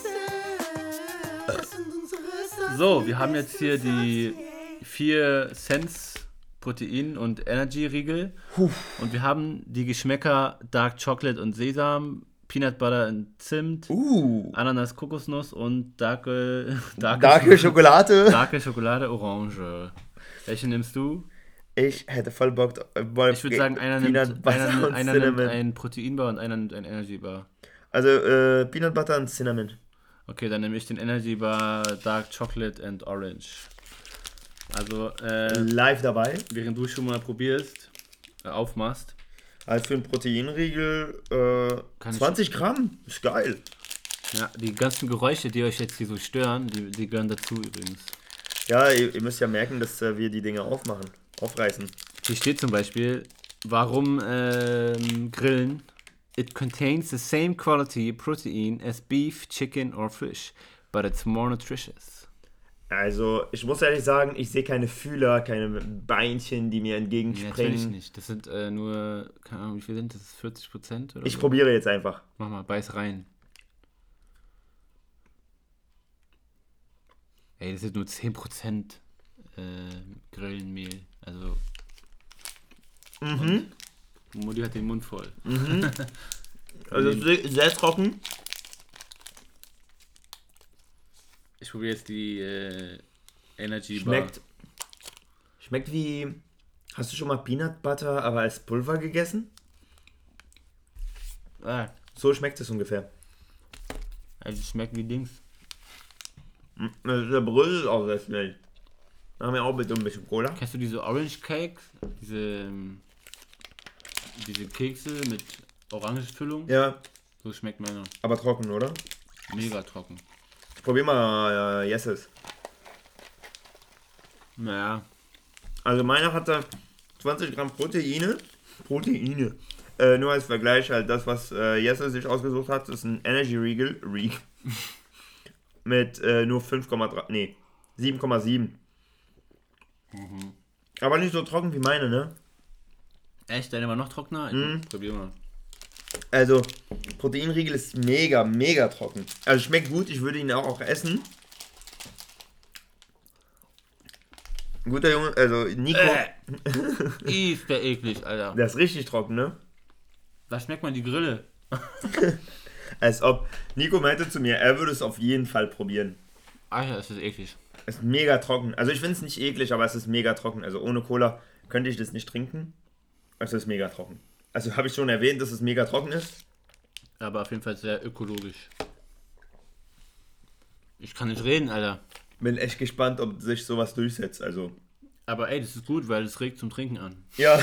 So, wir haben jetzt hier die vier Sense Protein und Energy Riegel. Und wir haben die Geschmäcker Dark Chocolate und Sesam, Peanut Butter und Zimt, Uh. Ananas, Kokosnuss und darke, darke, Darke Schokolade. darke Schokolade Orange. Welche nimmst du? Ich hätte voll Bock. Bock Ich würde sagen, einer Peanut nimmt, Butter einer, und einer nimmt Cinnamon. ein Proteinbar und einer nimmt ein Energy Bar. Also äh, Peanut Butter und Cinnamon. Okay, dann nehme ich den Energy Bar Dark Chocolate and Orange. Also, äh, Live dabei. während du schon mal probierst, äh, aufmachst. Also für einen Proteinriegel äh, Kann ich- zwanzig Gramm. Ist geil. Ja, die ganzen Geräusche, die euch jetzt hier so stören, die, die gehören dazu übrigens. Ja, ihr, ihr müsst ja merken, dass äh, wir die Dinge aufmachen. Aufreißen. Hier steht zum Beispiel, warum ähm, grillen? It contains the same quality protein as beef, chicken or fish, but it's more nutritious. Also, ich muss ehrlich sagen, ich sehe keine Fühler, keine Beinchen, die mir Nee, natürlich entgegenspringen. nicht. Das sind äh, nur, keine Ahnung, wie viel sind das? vierzig Prozent oder Ich so? probiere jetzt einfach. Mach mal, beiß rein. Ey, das sind nur zehn Prozent äh, Grillenmehl. Also, Mhm. Mutti hat den Mund voll. Also sehr, sehr trocken. Ich probiere jetzt die äh, Energy Bar. Schmeckt. Schmeckt wie. Hast du schon mal Peanut Butter, aber als Pulver gegessen? Ah, So schmeckt es ungefähr. also schmeckt wie Dings. Der Brüssel ist auch sehr schnell. Machen wir auch bitte ein bisschen Cola. Kennst du diese Orange Cakes? Diese, ähm, diese Kekse mit Orangenfüllung? Ja, So schmeckt meiner. aber trocken, oder? Mega trocken. Ich probier mal äh, Yeses. Naja, Also meiner hatte zwanzig Gramm Proteine. Proteine. Äh, nur als Vergleich halt das, was äh, Jesse sich ausgesucht hat, ist ein Energy Riegel. Riegel. Mit äh, nur fünf Komma drei. Nee, sieben Komma sieben. Mhm. Aber nicht so trocken wie meine, ne? echt? Deine war noch trockener? Ich Mhm. Probier mal. Also, Proteinriegel ist mega, mega trocken. Also schmeckt gut, ich würde ihn auch, auch essen. Guter Junge, also Nico, Äh. Ist der eklig, Alter. der ist richtig trocken, ne? Da schmeckt man die Grille. Als ob, Nico meinte zu mir, er würde es auf jeden Fall probieren. Alter, ist das eklig. Es ist mega trocken. Also ich finde es nicht eklig, aber es ist mega trocken. Also ohne Cola könnte ich das nicht trinken. Es ist mega trocken. Also habe ich schon erwähnt, dass es mega trocken ist. Aber auf jeden Fall sehr ökologisch. Ich kann nicht reden, Alter. Bin echt gespannt, ob sich sowas durchsetzt. Also, Aber ey, das ist gut, weil es regt zum Trinken an. ja.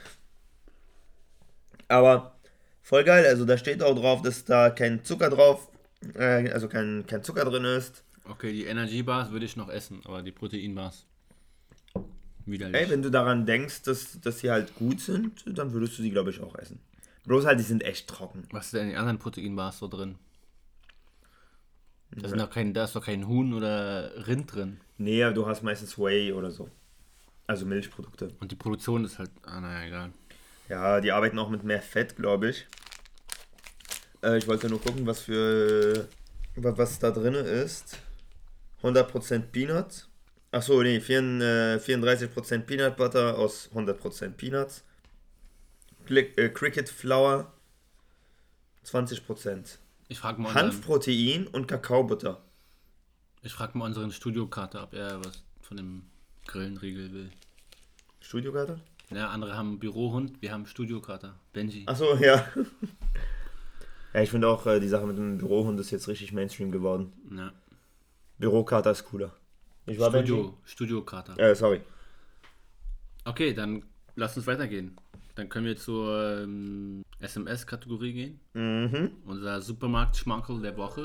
Aber voll geil. Also da steht auch drauf, dass da kein Zucker drauf, äh, also kein, kein Zucker drin ist. Okay, die Energy Bars würde ich noch essen, aber die Protein Bars widerlich. Ey, wenn du daran denkst, dass, dass sie halt gut sind, dann würdest du sie, glaube ich, auch essen. Bloß halt, die sind echt trocken. Was ist denn in den anderen Protein Bars so drin? Da, sind doch kein, da ist doch kein Huhn oder Rind drin. Nee, aber du hast meistens Whey oder so. Also Milchprodukte. Und die Produktion ist halt, ah naja, egal. Ja, die arbeiten auch mit mehr Fett, glaube ich. Äh, ich wollte nur gucken, was für was da drin ist. hundert Prozent Peanuts. Achso, nee, vierunddreißig Prozent Peanut Butter aus hundert Prozent Peanuts. Click, äh, Cricket Flour zwanzig Prozent. Ich frage mal, unseren- Hanfprotein und Kakaobutter. ich frag mal unseren Studiokater, ob er was von dem Grillenriegel will. Studiokater? Ja, andere haben Bürohund, wir haben Studiokater. Benji. Achso, ja. Ja, ich finde auch, äh, die Sache mit dem Bürohund ist jetzt richtig Mainstream geworden. Ja. Bürokater ist cooler. Ich war Studio, Studiokater. Benji? Äh, sorry. Okay, dann lass uns weitergehen. Dann können wir zur ähm, S M S-Kategorie gehen. Mhm. Unser Supermarkt-Schmankerl der Woche.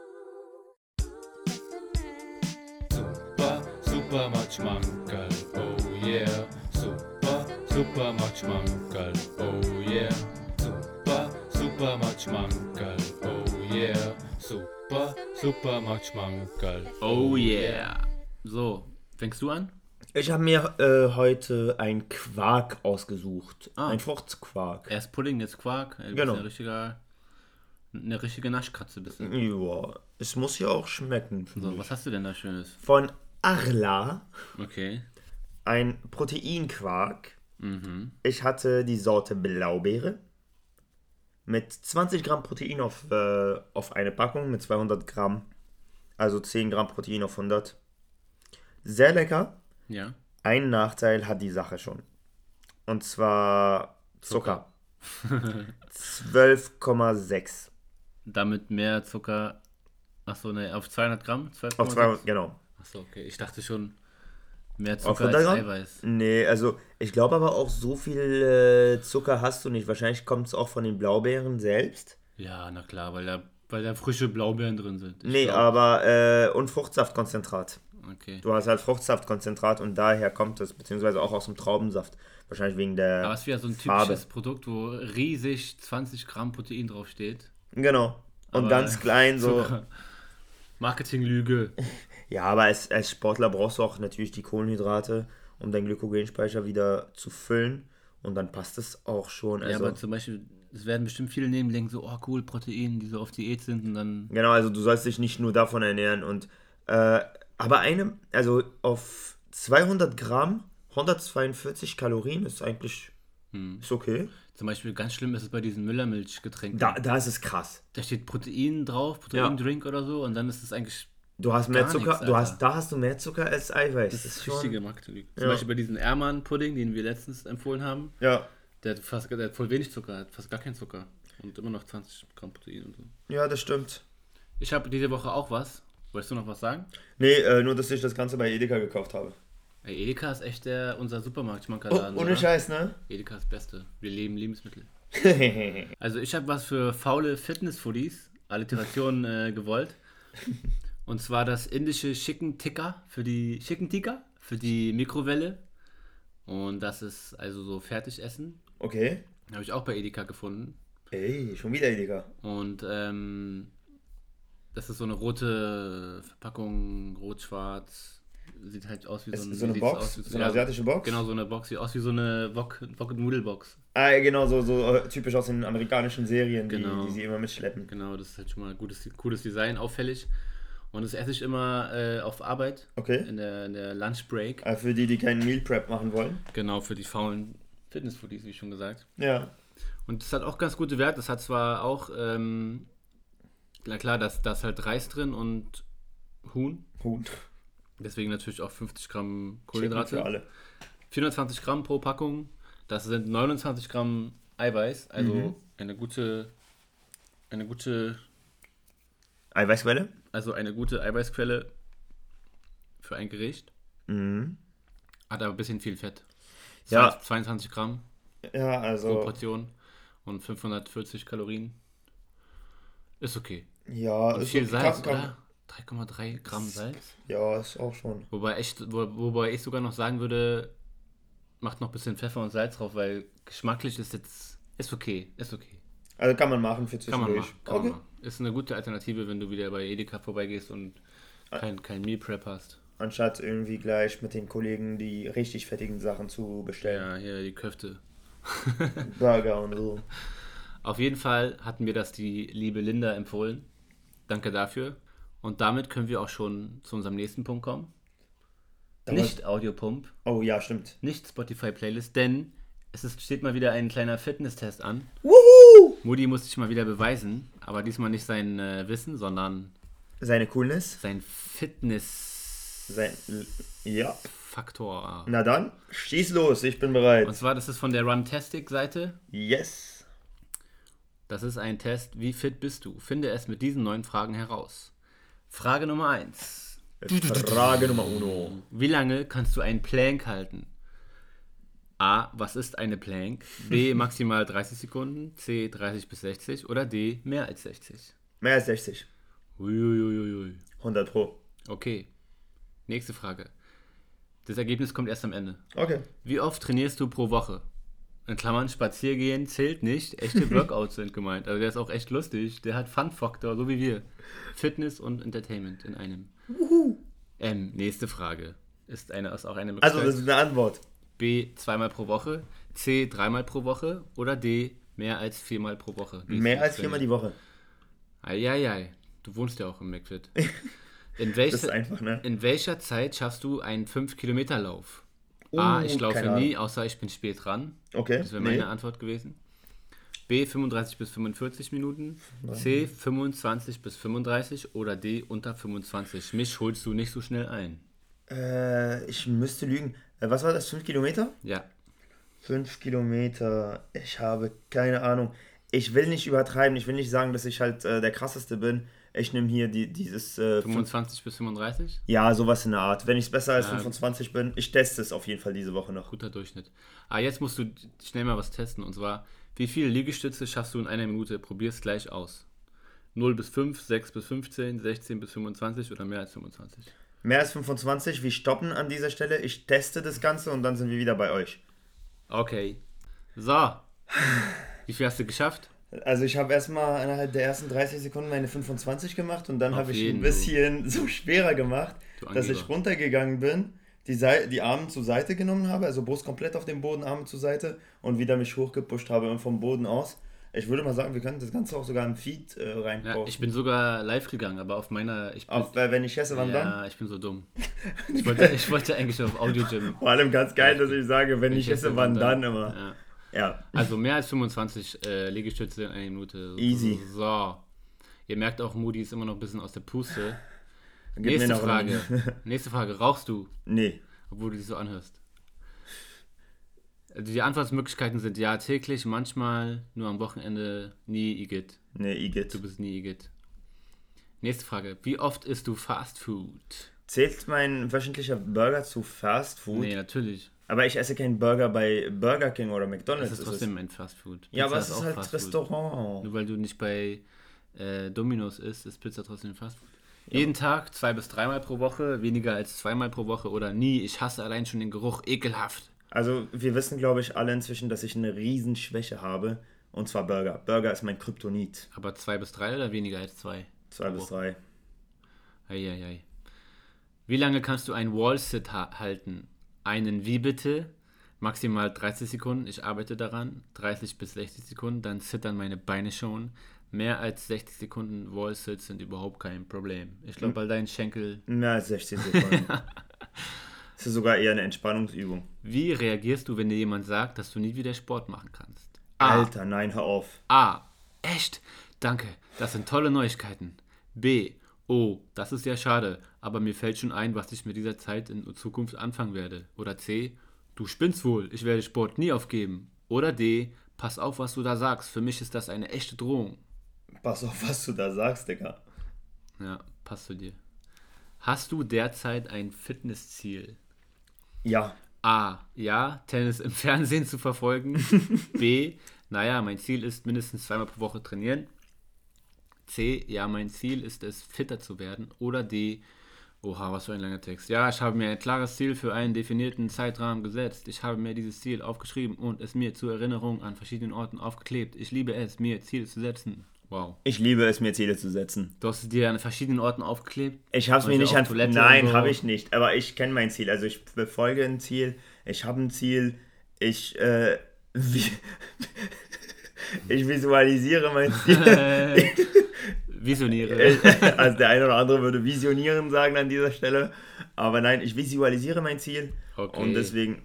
Super, Supermarktschmankerl, oh yeah. Super, Supermarktschmankerl, oh yeah. Super, Supermarktschmankerl, oh yeah. Super, Supermarktschmankerl, Oh yeah. So, fängst du an? Ich habe mir äh, heute ein Quark ausgesucht. Ah. Ein Fruchtquark. Erst Pudding, jetzt Quark. Ey, du Genau. bist ja ein richtiger Eine richtige Naschkatze bist du. Ja, es muss ja auch schmecken. So, was hast du denn da Schönes? Von Arla. Okay. Ein Proteinquark. Mhm. Ich hatte die Sorte Blaubeere. Mit zwanzig Gramm Protein auf, äh, auf eine Packung. Mit zweihundert Gramm. Also zehn Gramm Protein auf hundert. Sehr lecker. Ja. Ein Nachteil hat die Sache schon. Und zwar Zucker. zwölf Komma sechs. Damit mehr Zucker. Achso, ne, auf zweihundert Gramm? zwölf Auf zweihundert, genau. Achso, okay. Ich dachte schon, mehr Auf Zucker hundert als Gramm? Eiweiß. Nee, also ich glaube aber auch so viel äh, Zucker hast du nicht. Wahrscheinlich kommt es auch von den Blaubeeren selbst. Ja, na klar, weil da, weil da frische Blaubeeren drin sind. Ich nee, glaub, aber äh, und Fruchtsaftkonzentrat. Okay. Du hast halt Fruchtsaftkonzentrat und daher kommt es, beziehungsweise auch aus dem Traubensaft. Wahrscheinlich wegen der Aber es ist wieder so ein Farbe. typisches Produkt, wo riesig zwanzig Gramm Protein draufsteht. Genau. Und Aber ganz klein so. Zucker. Marketinglüge. Ja, aber als, als Sportler brauchst du auch natürlich die Kohlenhydrate, um deinen Glykogenspeicher wieder zu füllen. Und dann passt es auch schon. Ja, Also, aber zum Beispiel, es werden bestimmt viele nehmen, die denken so, oh cool, Protein, die so auf Diät sind und dann... genau, also du sollst dich nicht nur davon ernähren. Und äh, aber eine, also auf zweihundert Gramm, hundertzweiundvierzig Kalorien ist eigentlich Hm. ist okay. Zum Beispiel ganz schlimm ist es bei diesen Müllermilchgetränken. Da, da ist es krass. Da steht Protein drauf, Proteindrink oder so und dann ist es eigentlich Du hast mehr Gar Zucker, nichts, du Alter. hast, da hast du mehr Zucker als Eiweiß. das ist richtige Marketing. Zum Ja. Beispiel bei diesem Ermann-Pudding, den wir letztens empfohlen haben, Ja, der hat, fast, der hat voll wenig Zucker, hat fast gar keinen Zucker und immer noch zwanzig Gramm Protein und so. ja, das stimmt. Ich habe diese Woche auch was. Wolltest du noch was sagen? Nee, äh, nur dass ich das Ganze bei Edeka gekauft habe. Ey, Edeka ist echt der, unser Oh, Supermarkt-Schmankerladen. ohne oder? Scheiß, ne? Edeka ist das Beste. Wir leben Lebensmittel. Also ich habe was für faule Fitness-Foodies, Alliteration äh, gewollt. Und zwar das indische Chicken Tikka für die Chicken Tikka für die Mikrowelle. Und das ist also so Fertigessen. Okay. Habe ich auch bei Edeka gefunden. Ey, schon wieder Edeka. Und ähm, das ist so eine rote Verpackung, rot-schwarz. Sieht halt aus wie so, Ist ein, so eine sieht Box? aus wie So eine asiatische Box? Genau, so eine Box. Sieht aus wie so eine Wok, Wok-Nudelbox. Ah, ja, genau, so, so äh, typisch aus den amerikanischen Serien, die, Genau. die sie immer mitschleppen. Genau, das ist halt schon mal gutes, cooles Design, auffällig. Und das esse ich immer äh, auf Arbeit, Okay. in der, in der Lunch Break. Äh, für die, die keinen Meal Prep machen wollen. Genau, für die faulen Fitness-Foodies, wie schon gesagt. Ja. Und das hat auch ganz gute Werte. Das hat zwar auch, ähm, na klar, da ist halt Reis drin und Huhn. Huhn. Deswegen natürlich auch fünfzig Gramm Chicken Kohlenhydrate. für alle. vierhundertzwanzig Gramm pro Packung. Das sind neunundzwanzig Gramm Eiweiß. Also Mhm. eine gute, eine gute, Eiweißquelle? also eine gute Eiweißquelle für ein Gericht. Mhm. Hat aber ein bisschen viel Fett. Ja. zweiundzwanzig Gramm Ja, pro also. Portion und fünfhundertvierzig Kalorien. Ist okay. Ja, Und ist viel so- Salz, kann- kann- oder? drei Komma drei Gramm Salz. Ja, ist auch schon. Wobei, echt, wo, wobei ich sogar noch sagen würde, macht noch ein bisschen Pfeffer und Salz drauf, weil geschmacklich ist jetzt, ist okay, ist okay. Also kann man machen für Kann man zwischendurch. machen. Kann Okay. man machen. Ist eine gute Alternative, wenn du wieder bei Edeka vorbeigehst und kein, kein Meal Prep hast. Anstatt irgendwie gleich mit den Kollegen die richtig fettigen Sachen zu bestellen. Ja, hier die Köfte. Burger und so. Auf jeden Fall hatten mir das die liebe Linda empfohlen. Danke dafür. Und damit können wir auch schon zu unserem nächsten Punkt kommen. Da Nicht Audiopump, Oh ja, stimmt. nicht Spotify-Playlist, denn es ist, steht mal wieder ein kleiner Fitnesstest an. Wuhu! Moody muss sich mal wieder beweisen, aber diesmal nicht sein äh, Wissen, sondern Seine Coolness. sein Fitness-Faktor. Sein. Ja. Na dann, schieß los, ich bin bereit. Und zwar, das ist von der Runtastic-Seite. Yes. Das ist ein Test, wie fit bist du? Finde es mit diesen neun Fragen heraus. Frage Nummer eins. Frage Nummer uno. Wie lange kannst du einen Plank halten? A. Was ist eine Plank? B. Maximal dreißig Sekunden. C. dreißig bis sechzig. Oder D. Mehr als sechzig. Mehr als sechzig. Uiuiuiui. hundert pro. Okay. Nächste Frage. Das Ergebnis kommt erst am Ende. Okay. Wie oft trainierst du pro Woche? In Klammern, Spaziergehen zählt nicht. Echte Workouts sind gemeint. Also der ist auch echt lustig. Der hat Fun-Faktor, so wie wir. Fitness und Entertainment in einem. Ähm, nächste Frage. Ist, eine, ist auch eine Möglichkeit. Also, das ist eine Antwort. B, zweimal pro Woche. C, dreimal pro Woche. Oder D, mehr als viermal pro Woche. Wie Mehr ist als das viermal denn? die Woche. Eieiei, du wohnst ja auch im McFit. In welcher, Das ist einfach, ne? In welcher Zeit schaffst du einen fünf Kilometer Lauf? Oh, A, ich laufe keine nie, Ahnung. außer ich bin spät dran. Okay, Das wäre nee. meine Antwort gewesen. B, fünfunddreißig bis fünfundvierzig Minuten. C, fünfundzwanzig bis fünfunddreißig. Oder D, unter fünfundzwanzig. Mich holst du nicht so schnell ein. Äh, ich müsste lügen. Äh, was war das? fünf Kilometer? Ja. fünf Kilometer. Ich habe keine Ahnung. Ich will nicht übertreiben. Ich will nicht sagen, dass ich halt äh, der krasseste bin. Ich nehme hier die, dieses... Äh, fünfundzwanzig bis fünfunddreißig? Ja, sowas in der Art. Wenn ich besser als Ja. fünfundzwanzig bin, ich teste es auf jeden Fall diese Woche noch. Guter Durchschnitt. Ah, jetzt musst du schnell mal was testen. Und zwar, wie viele Liegestütze schaffst du in einer Minute? Probier's gleich aus. null bis fünf, sechs bis fünfzehn, sechzehn bis fünfundzwanzig oder mehr als fünfundzwanzig? Mehr als fünfundzwanzig. Wir stoppen an dieser Stelle. Ich teste das Ganze und dann sind wir wieder bei euch. Okay. So. Wie viel hast du geschafft? Also ich habe erstmal innerhalb der ersten dreißig Sekunden meine fünfundzwanzig gemacht und dann Auf habe ich jeden, ein bisschen so schwerer gemacht, Du dass ich Angeber. runtergegangen bin, die, Sei- die Arme zur Seite genommen habe, also Brust komplett auf dem Boden, Arme zur Seite und wieder mich hochgepusht habe und vom Boden aus. Ich würde mal sagen, wir können das Ganze auch sogar im Feed äh, Ja, reinposten. ich bin sogar live gegangen, aber auf meiner... Ich bin, Auf, äh, wenn ich esse, wann dann? ja, ich bin so dumm. Ich wollte, ich wollte eigentlich auf Audio Gym. Vor allem ganz geil, dass ich sage, wenn ich esse, wann dann immer. Ja. Ja. Also mehr als fünfundzwanzig äh, Liegestütze in einer Minute. Easy. So. Ihr merkt auch, Moody ist immer noch ein bisschen aus der Puste. Gib mir Nächste noch Frage. einen. Nächste Frage. Rauchst du, Nee. obwohl du dich so anhörst? Also die Antwortmöglichkeiten sind ja täglich, manchmal, nur am Wochenende, nie Igitt. Nee, Igitt. Du bist nie Igitt. Nächste Frage. Wie oft isst du Fast Food? Zählt mein wöchentlicher Burger zu Fast Food? Nee, natürlich. Aber ich esse keinen Burger bei Burger King oder Das McDonald's. ist es. trotzdem ein Fast Food. Ja, aber Pizza es ist auch halt Fast Food. Restaurant. Nur weil du nicht bei äh, Domino's isst, ist Pizza trotzdem Fast Food. Jeden Tag, zwei bis dreimal pro Woche, weniger als zweimal pro Woche oder nie. Ich hasse allein schon den Geruch, ekelhaft. Also wir wissen, glaube ich, alle inzwischen, dass ich eine Riesenschwäche habe. Und zwar Burger. Burger ist mein Kryptonit. Aber zwei bis drei oder weniger als zwei? Zwei pro bis Woche? drei. Eieiei. Wie lange kannst du einen Wall-Sit ha- halten? Einen wie bitte? Maximal dreißig Sekunden, ich arbeite daran. dreißig bis sechzig Sekunden, dann zittern meine Beine schon. Mehr als sechzig Sekunden Wall-Sits sind überhaupt kein Problem. Ich glaube, weil dein Schenkel... Mehr als sechzehn Sekunden. Das ist sogar eher eine Entspannungsübung. Wie reagierst du, wenn dir jemand sagt, dass du nie wieder Sport machen kannst? A. Alter, nein, hör auf. A. Echt? Danke, das sind tolle Neuigkeiten. B. Oh, das ist ja schade, aber mir fällt schon ein, was ich mit dieser Zeit in Zukunft anfangen werde. Oder C. Du spinnst wohl, ich werde Sport nie aufgeben. Oder D. Pass auf, was du da sagst, für mich ist das eine echte Drohung. Pass auf, was du da sagst, Digga. Ja, passt zu dir. Hast du derzeit ein Fitnessziel? Ja. A. Ja, Tennis im Fernsehen zu verfolgen. B. Naja, mein Ziel ist mindestens zweimal pro Woche trainieren. C. Ja, mein Ziel ist es, fitter zu werden. Oder D. Oha, was für ein langer Text. Ja, ich habe mir ein klares Ziel für einen definierten Zeitrahmen gesetzt. Ich habe mir dieses Ziel aufgeschrieben und es mir zur Erinnerung an verschiedenen Orten aufgeklebt. Ich liebe es, mir Ziele zu setzen. Wow. Ich liebe es, mir Ziele zu setzen. Du hast es dir an verschiedenen Orten aufgeklebt? Ich habe es Zum mir Beispiel nicht auf an... Toilette Nein, und so. habe ich nicht. Aber ich kenne mein Ziel. Also ich befolge ein Ziel. Ich habe ein Ziel. Ich, äh... vi- ich visualisiere mein Ziel. Visioniere. Also der eine oder andere würde visionieren sagen an dieser Stelle. Aber nein, ich visualisiere mein Ziel. Okay. Und deswegen...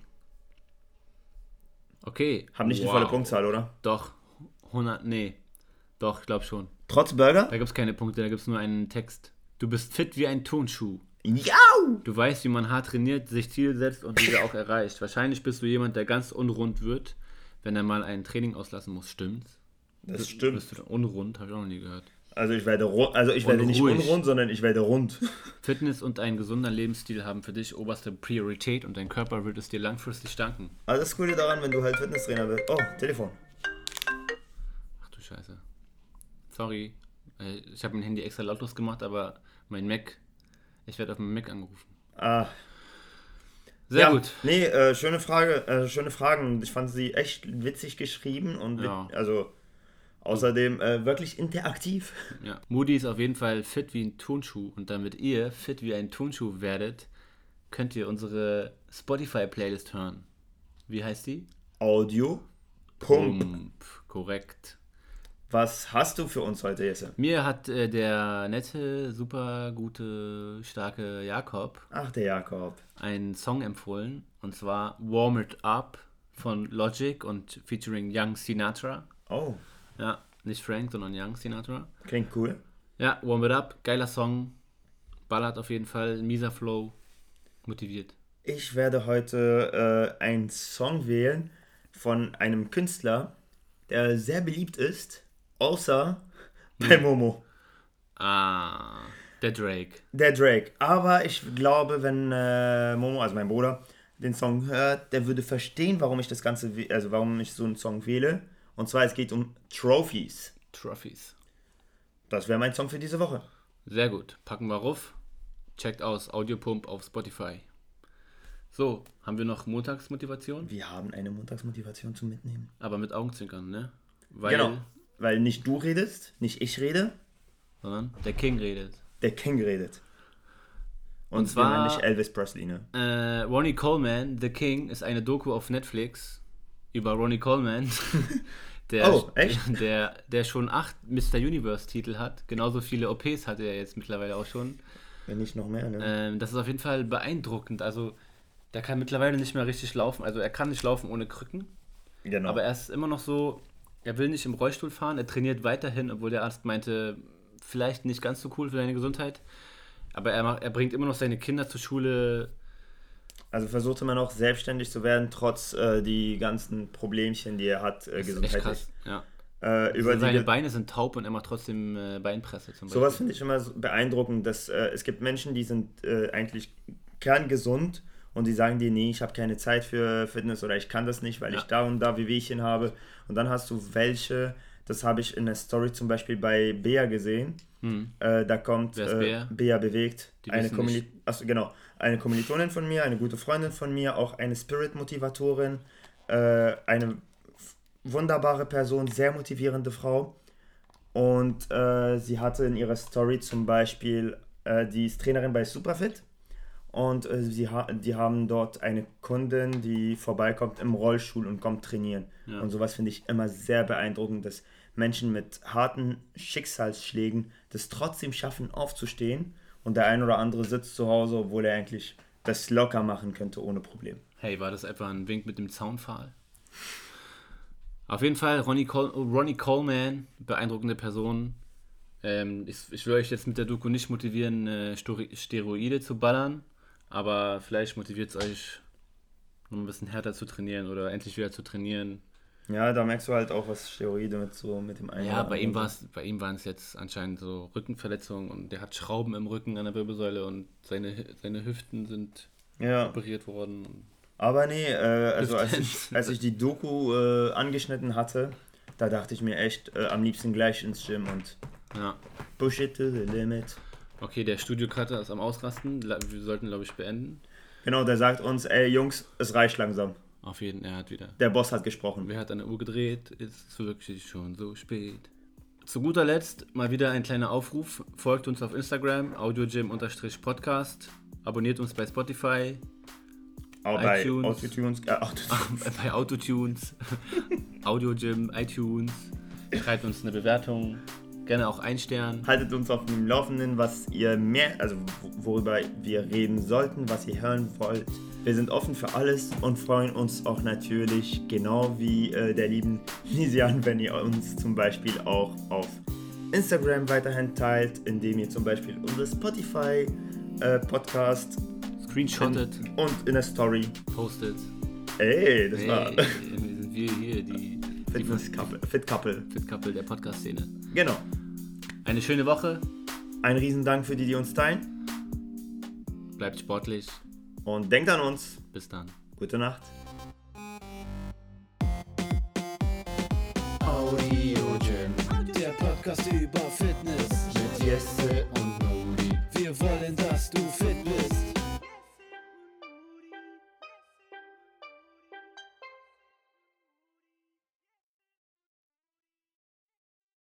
Okay. Hab nicht die Wow. volle Punktzahl, oder? Doch. hundert, nee. Doch, ich glaube schon. Trotz Burger? Da gibt es keine Punkte, da gibt es nur einen Text. Du bist fit wie ein Turnschuh. Ja! Du weißt, wie man hart trainiert, sich Ziel setzt und diese auch erreicht. Wahrscheinlich bist du jemand, der ganz unrund wird, wenn er mal ein Training auslassen muss. Stimmt's? Das stimmt. Bist du da unrund? Habe ich auch noch nie gehört. Also ich werde rund, also ich werde nicht Unruhig. unrund, sondern ich werde rund. Fitness und ein gesunder Lebensstil haben für dich oberste Priorität und dein Körper wird es dir langfristig danken. Also das Coole daran, wenn du halt Fitnesstrainer bist. Oh, Telefon. Ach du Scheiße. Sorry. Äh, Ich habe mein Handy extra lautlos gemacht, aber mein Mac, ich werde auf meinem Mac angerufen. Ah, Sehr ja, gut. Nee, äh, schöne Frage, äh, schöne Fragen. Ich fand sie echt witzig geschrieben und wit- Ja. also außerdem äh, wirklich interaktiv. Ja. Moody ist auf jeden Fall fit wie ein Turnschuh und damit ihr fit wie ein Turnschuh werdet, könnt ihr unsere Spotify-Playlist hören. Wie heißt die? Audio. Pump. Pump. Korrekt. Was hast du für uns heute, Jesse? Mir hat äh, der nette, super gute, starke Jakob Ach, der Jakob. einen Song empfohlen. Und zwar Warm It Up von Logic und featuring Young Sinatra. Oh, Ja, nicht Frank, sondern Young Sinatra. klingt cool. Ja, Warm It Up, geiler Song. Ballert auf jeden Fall, mieser Flow, motiviert. Ich werde heute äh, einen Song wählen von einem Künstler, der sehr beliebt ist, außer bei Momo. Ah, der Drake. Der Drake. Aber ich glaube, wenn äh, Momo, also mein Bruder, den Song hört, der würde verstehen, warum ich das Ganze, wäh- also warum ich so einen Song wähle. Und zwar, es geht um Trophies. Trophies. Das wäre mein Song für diese Woche. Sehr gut. Packen wir rauf. Checkt aus Audiopump auf Spotify. So, haben wir noch Montagsmotivation? Wir haben eine Montagsmotivation zum Mitnehmen. Aber mit Augenzwinkern, ne? Weil, Genau. Weil nicht du redest, nicht ich rede, sondern der King redet. der King redet. Und, Und zwar- wir meinen nicht Elvis Presley, ne? Äh, Ronnie Coleman, The King, ist eine Doku auf Netflix über Ronnie Coleman. der, Oh, echt? Der, der schon acht Mister Universe-Titel hat. Genauso viele O Ps hat er jetzt mittlerweile auch schon. Wenn nicht noch mehr, ne? Ähm, das ist auf jeden Fall beeindruckend. Also, der kann mittlerweile nicht mehr richtig laufen. Also, er kann nicht laufen ohne Krücken. Genau. Aber er ist immer noch so, er will nicht im Rollstuhl fahren. Er trainiert weiterhin, obwohl der Arzt meinte, vielleicht nicht ganz so cool für deine Gesundheit. Aber er, macht, er bringt immer noch seine Kinder zur Schule. Also versucht immer noch selbstständig zu werden, trotz äh, die ganzen Problemchen, die er hat, äh, Das ist echt gesundheitlich. krass. Ja. Äh, über Seine die, Beine sind taub und er macht trotzdem äh, Beinpresse zum sowas Beispiel. finde ich immer so beeindruckend, dass äh, es gibt Menschen, die sind äh, eigentlich kerngesund und die sagen dir, nee, ich habe keine Zeit für Fitness oder ich kann das nicht, weil Ja. ich da und da Wehwehchen habe. Und dann hast du welche, das habe ich in der Story zum Beispiel bei Bea gesehen. Hm. Äh, da kommt Wer ist äh, Bea? Bea bewegt. Die Eine wissen Kommili- nicht. Achso, genau. Eine Kommilitonin von mir, eine gute Freundin von mir, auch eine Spirit-Motivatorin, äh, eine f- wunderbare Person, sehr motivierende Frau. Und äh, sie hatte in ihrer Story zum Beispiel, äh, die ist Trainerin bei Superfit. Und äh, sie ha- die haben dort eine Kundin, die vorbeikommt im Rollstuhl und kommt trainieren. Ja. Und sowas finde ich immer sehr beeindruckend, dass Menschen mit harten Schicksalsschlägen das trotzdem schaffen, aufzustehen. Und der ein oder andere sitzt zu Hause, obwohl er eigentlich das locker machen könnte, ohne Problem. Hey, war das etwa ein Wink mit dem Zaunpfahl? Auf jeden Fall, Ronnie, Col- Ronnie Coleman, beeindruckende Person. Ähm, ich, ich will euch jetzt mit der Doku nicht motivieren, äh, Stori- Steroide zu ballern, aber vielleicht motiviert es euch, noch ein bisschen härter zu trainieren oder endlich wieder zu trainieren. Ja, da merkst du halt auch, was Steroide mit so mit dem einen Ja, oder bei ihm anderen war es, bei ihm waren es jetzt anscheinend so Rückenverletzungen und der hat Schrauben im Rücken an der Wirbelsäule und seine, seine Hüften sind sind. Ja, operiert worden. aber nee, äh, also als ich, Hüfttendenz. als ich die Doku äh, angeschnitten hatte, da dachte ich mir echt, äh, am liebsten gleich ins Gym und Ja. push it to the limit. Okay, der Studiocutter ist am Ausrasten. La- Wir sollten, glaube ich, beenden. Genau, der sagt uns, ey Jungs, es reicht langsam. Auf jeden Fall, er hat wieder. Der Boss hat gesprochen. Wer hat an der Uhr gedreht? Ist wirklich schon so spät. Zu guter Letzt mal wieder ein kleiner Aufruf. Folgt uns auf Instagram, audiogym-podcast. Abonniert uns bei Spotify, Auch bei iTunes. Autotunes. Äh, Autotunes. bei Autotunes, Audiogym, iTunes. Schreibt uns eine Bewertung. Gerne auch ein Stern. Haltet uns auf dem Laufenden, was ihr mehr, also worüber wir reden sollten, was ihr hören wollt. Wir sind offen für alles und freuen uns auch natürlich, genau wie äh, der lieben Lisian, wenn ihr uns zum Beispiel auch auf Instagram weiterhin teilt, indem ihr zum Beispiel unser Spotify äh, Podcast Screenshottet, in, und in der Story. postet. Ey, das Hey, war sind wir hier, die, die Fitness Couple, Fit Couple. Fit Couple der Podcast-Szene. Genau. Eine schöne Woche. Ein Riesen-Dank für die, die uns teilen. Bleibt sportlich. Und denkt an uns. Bis dann. Gute Nacht. Audio Gym, der Podcast über Fitness. Mit Jesse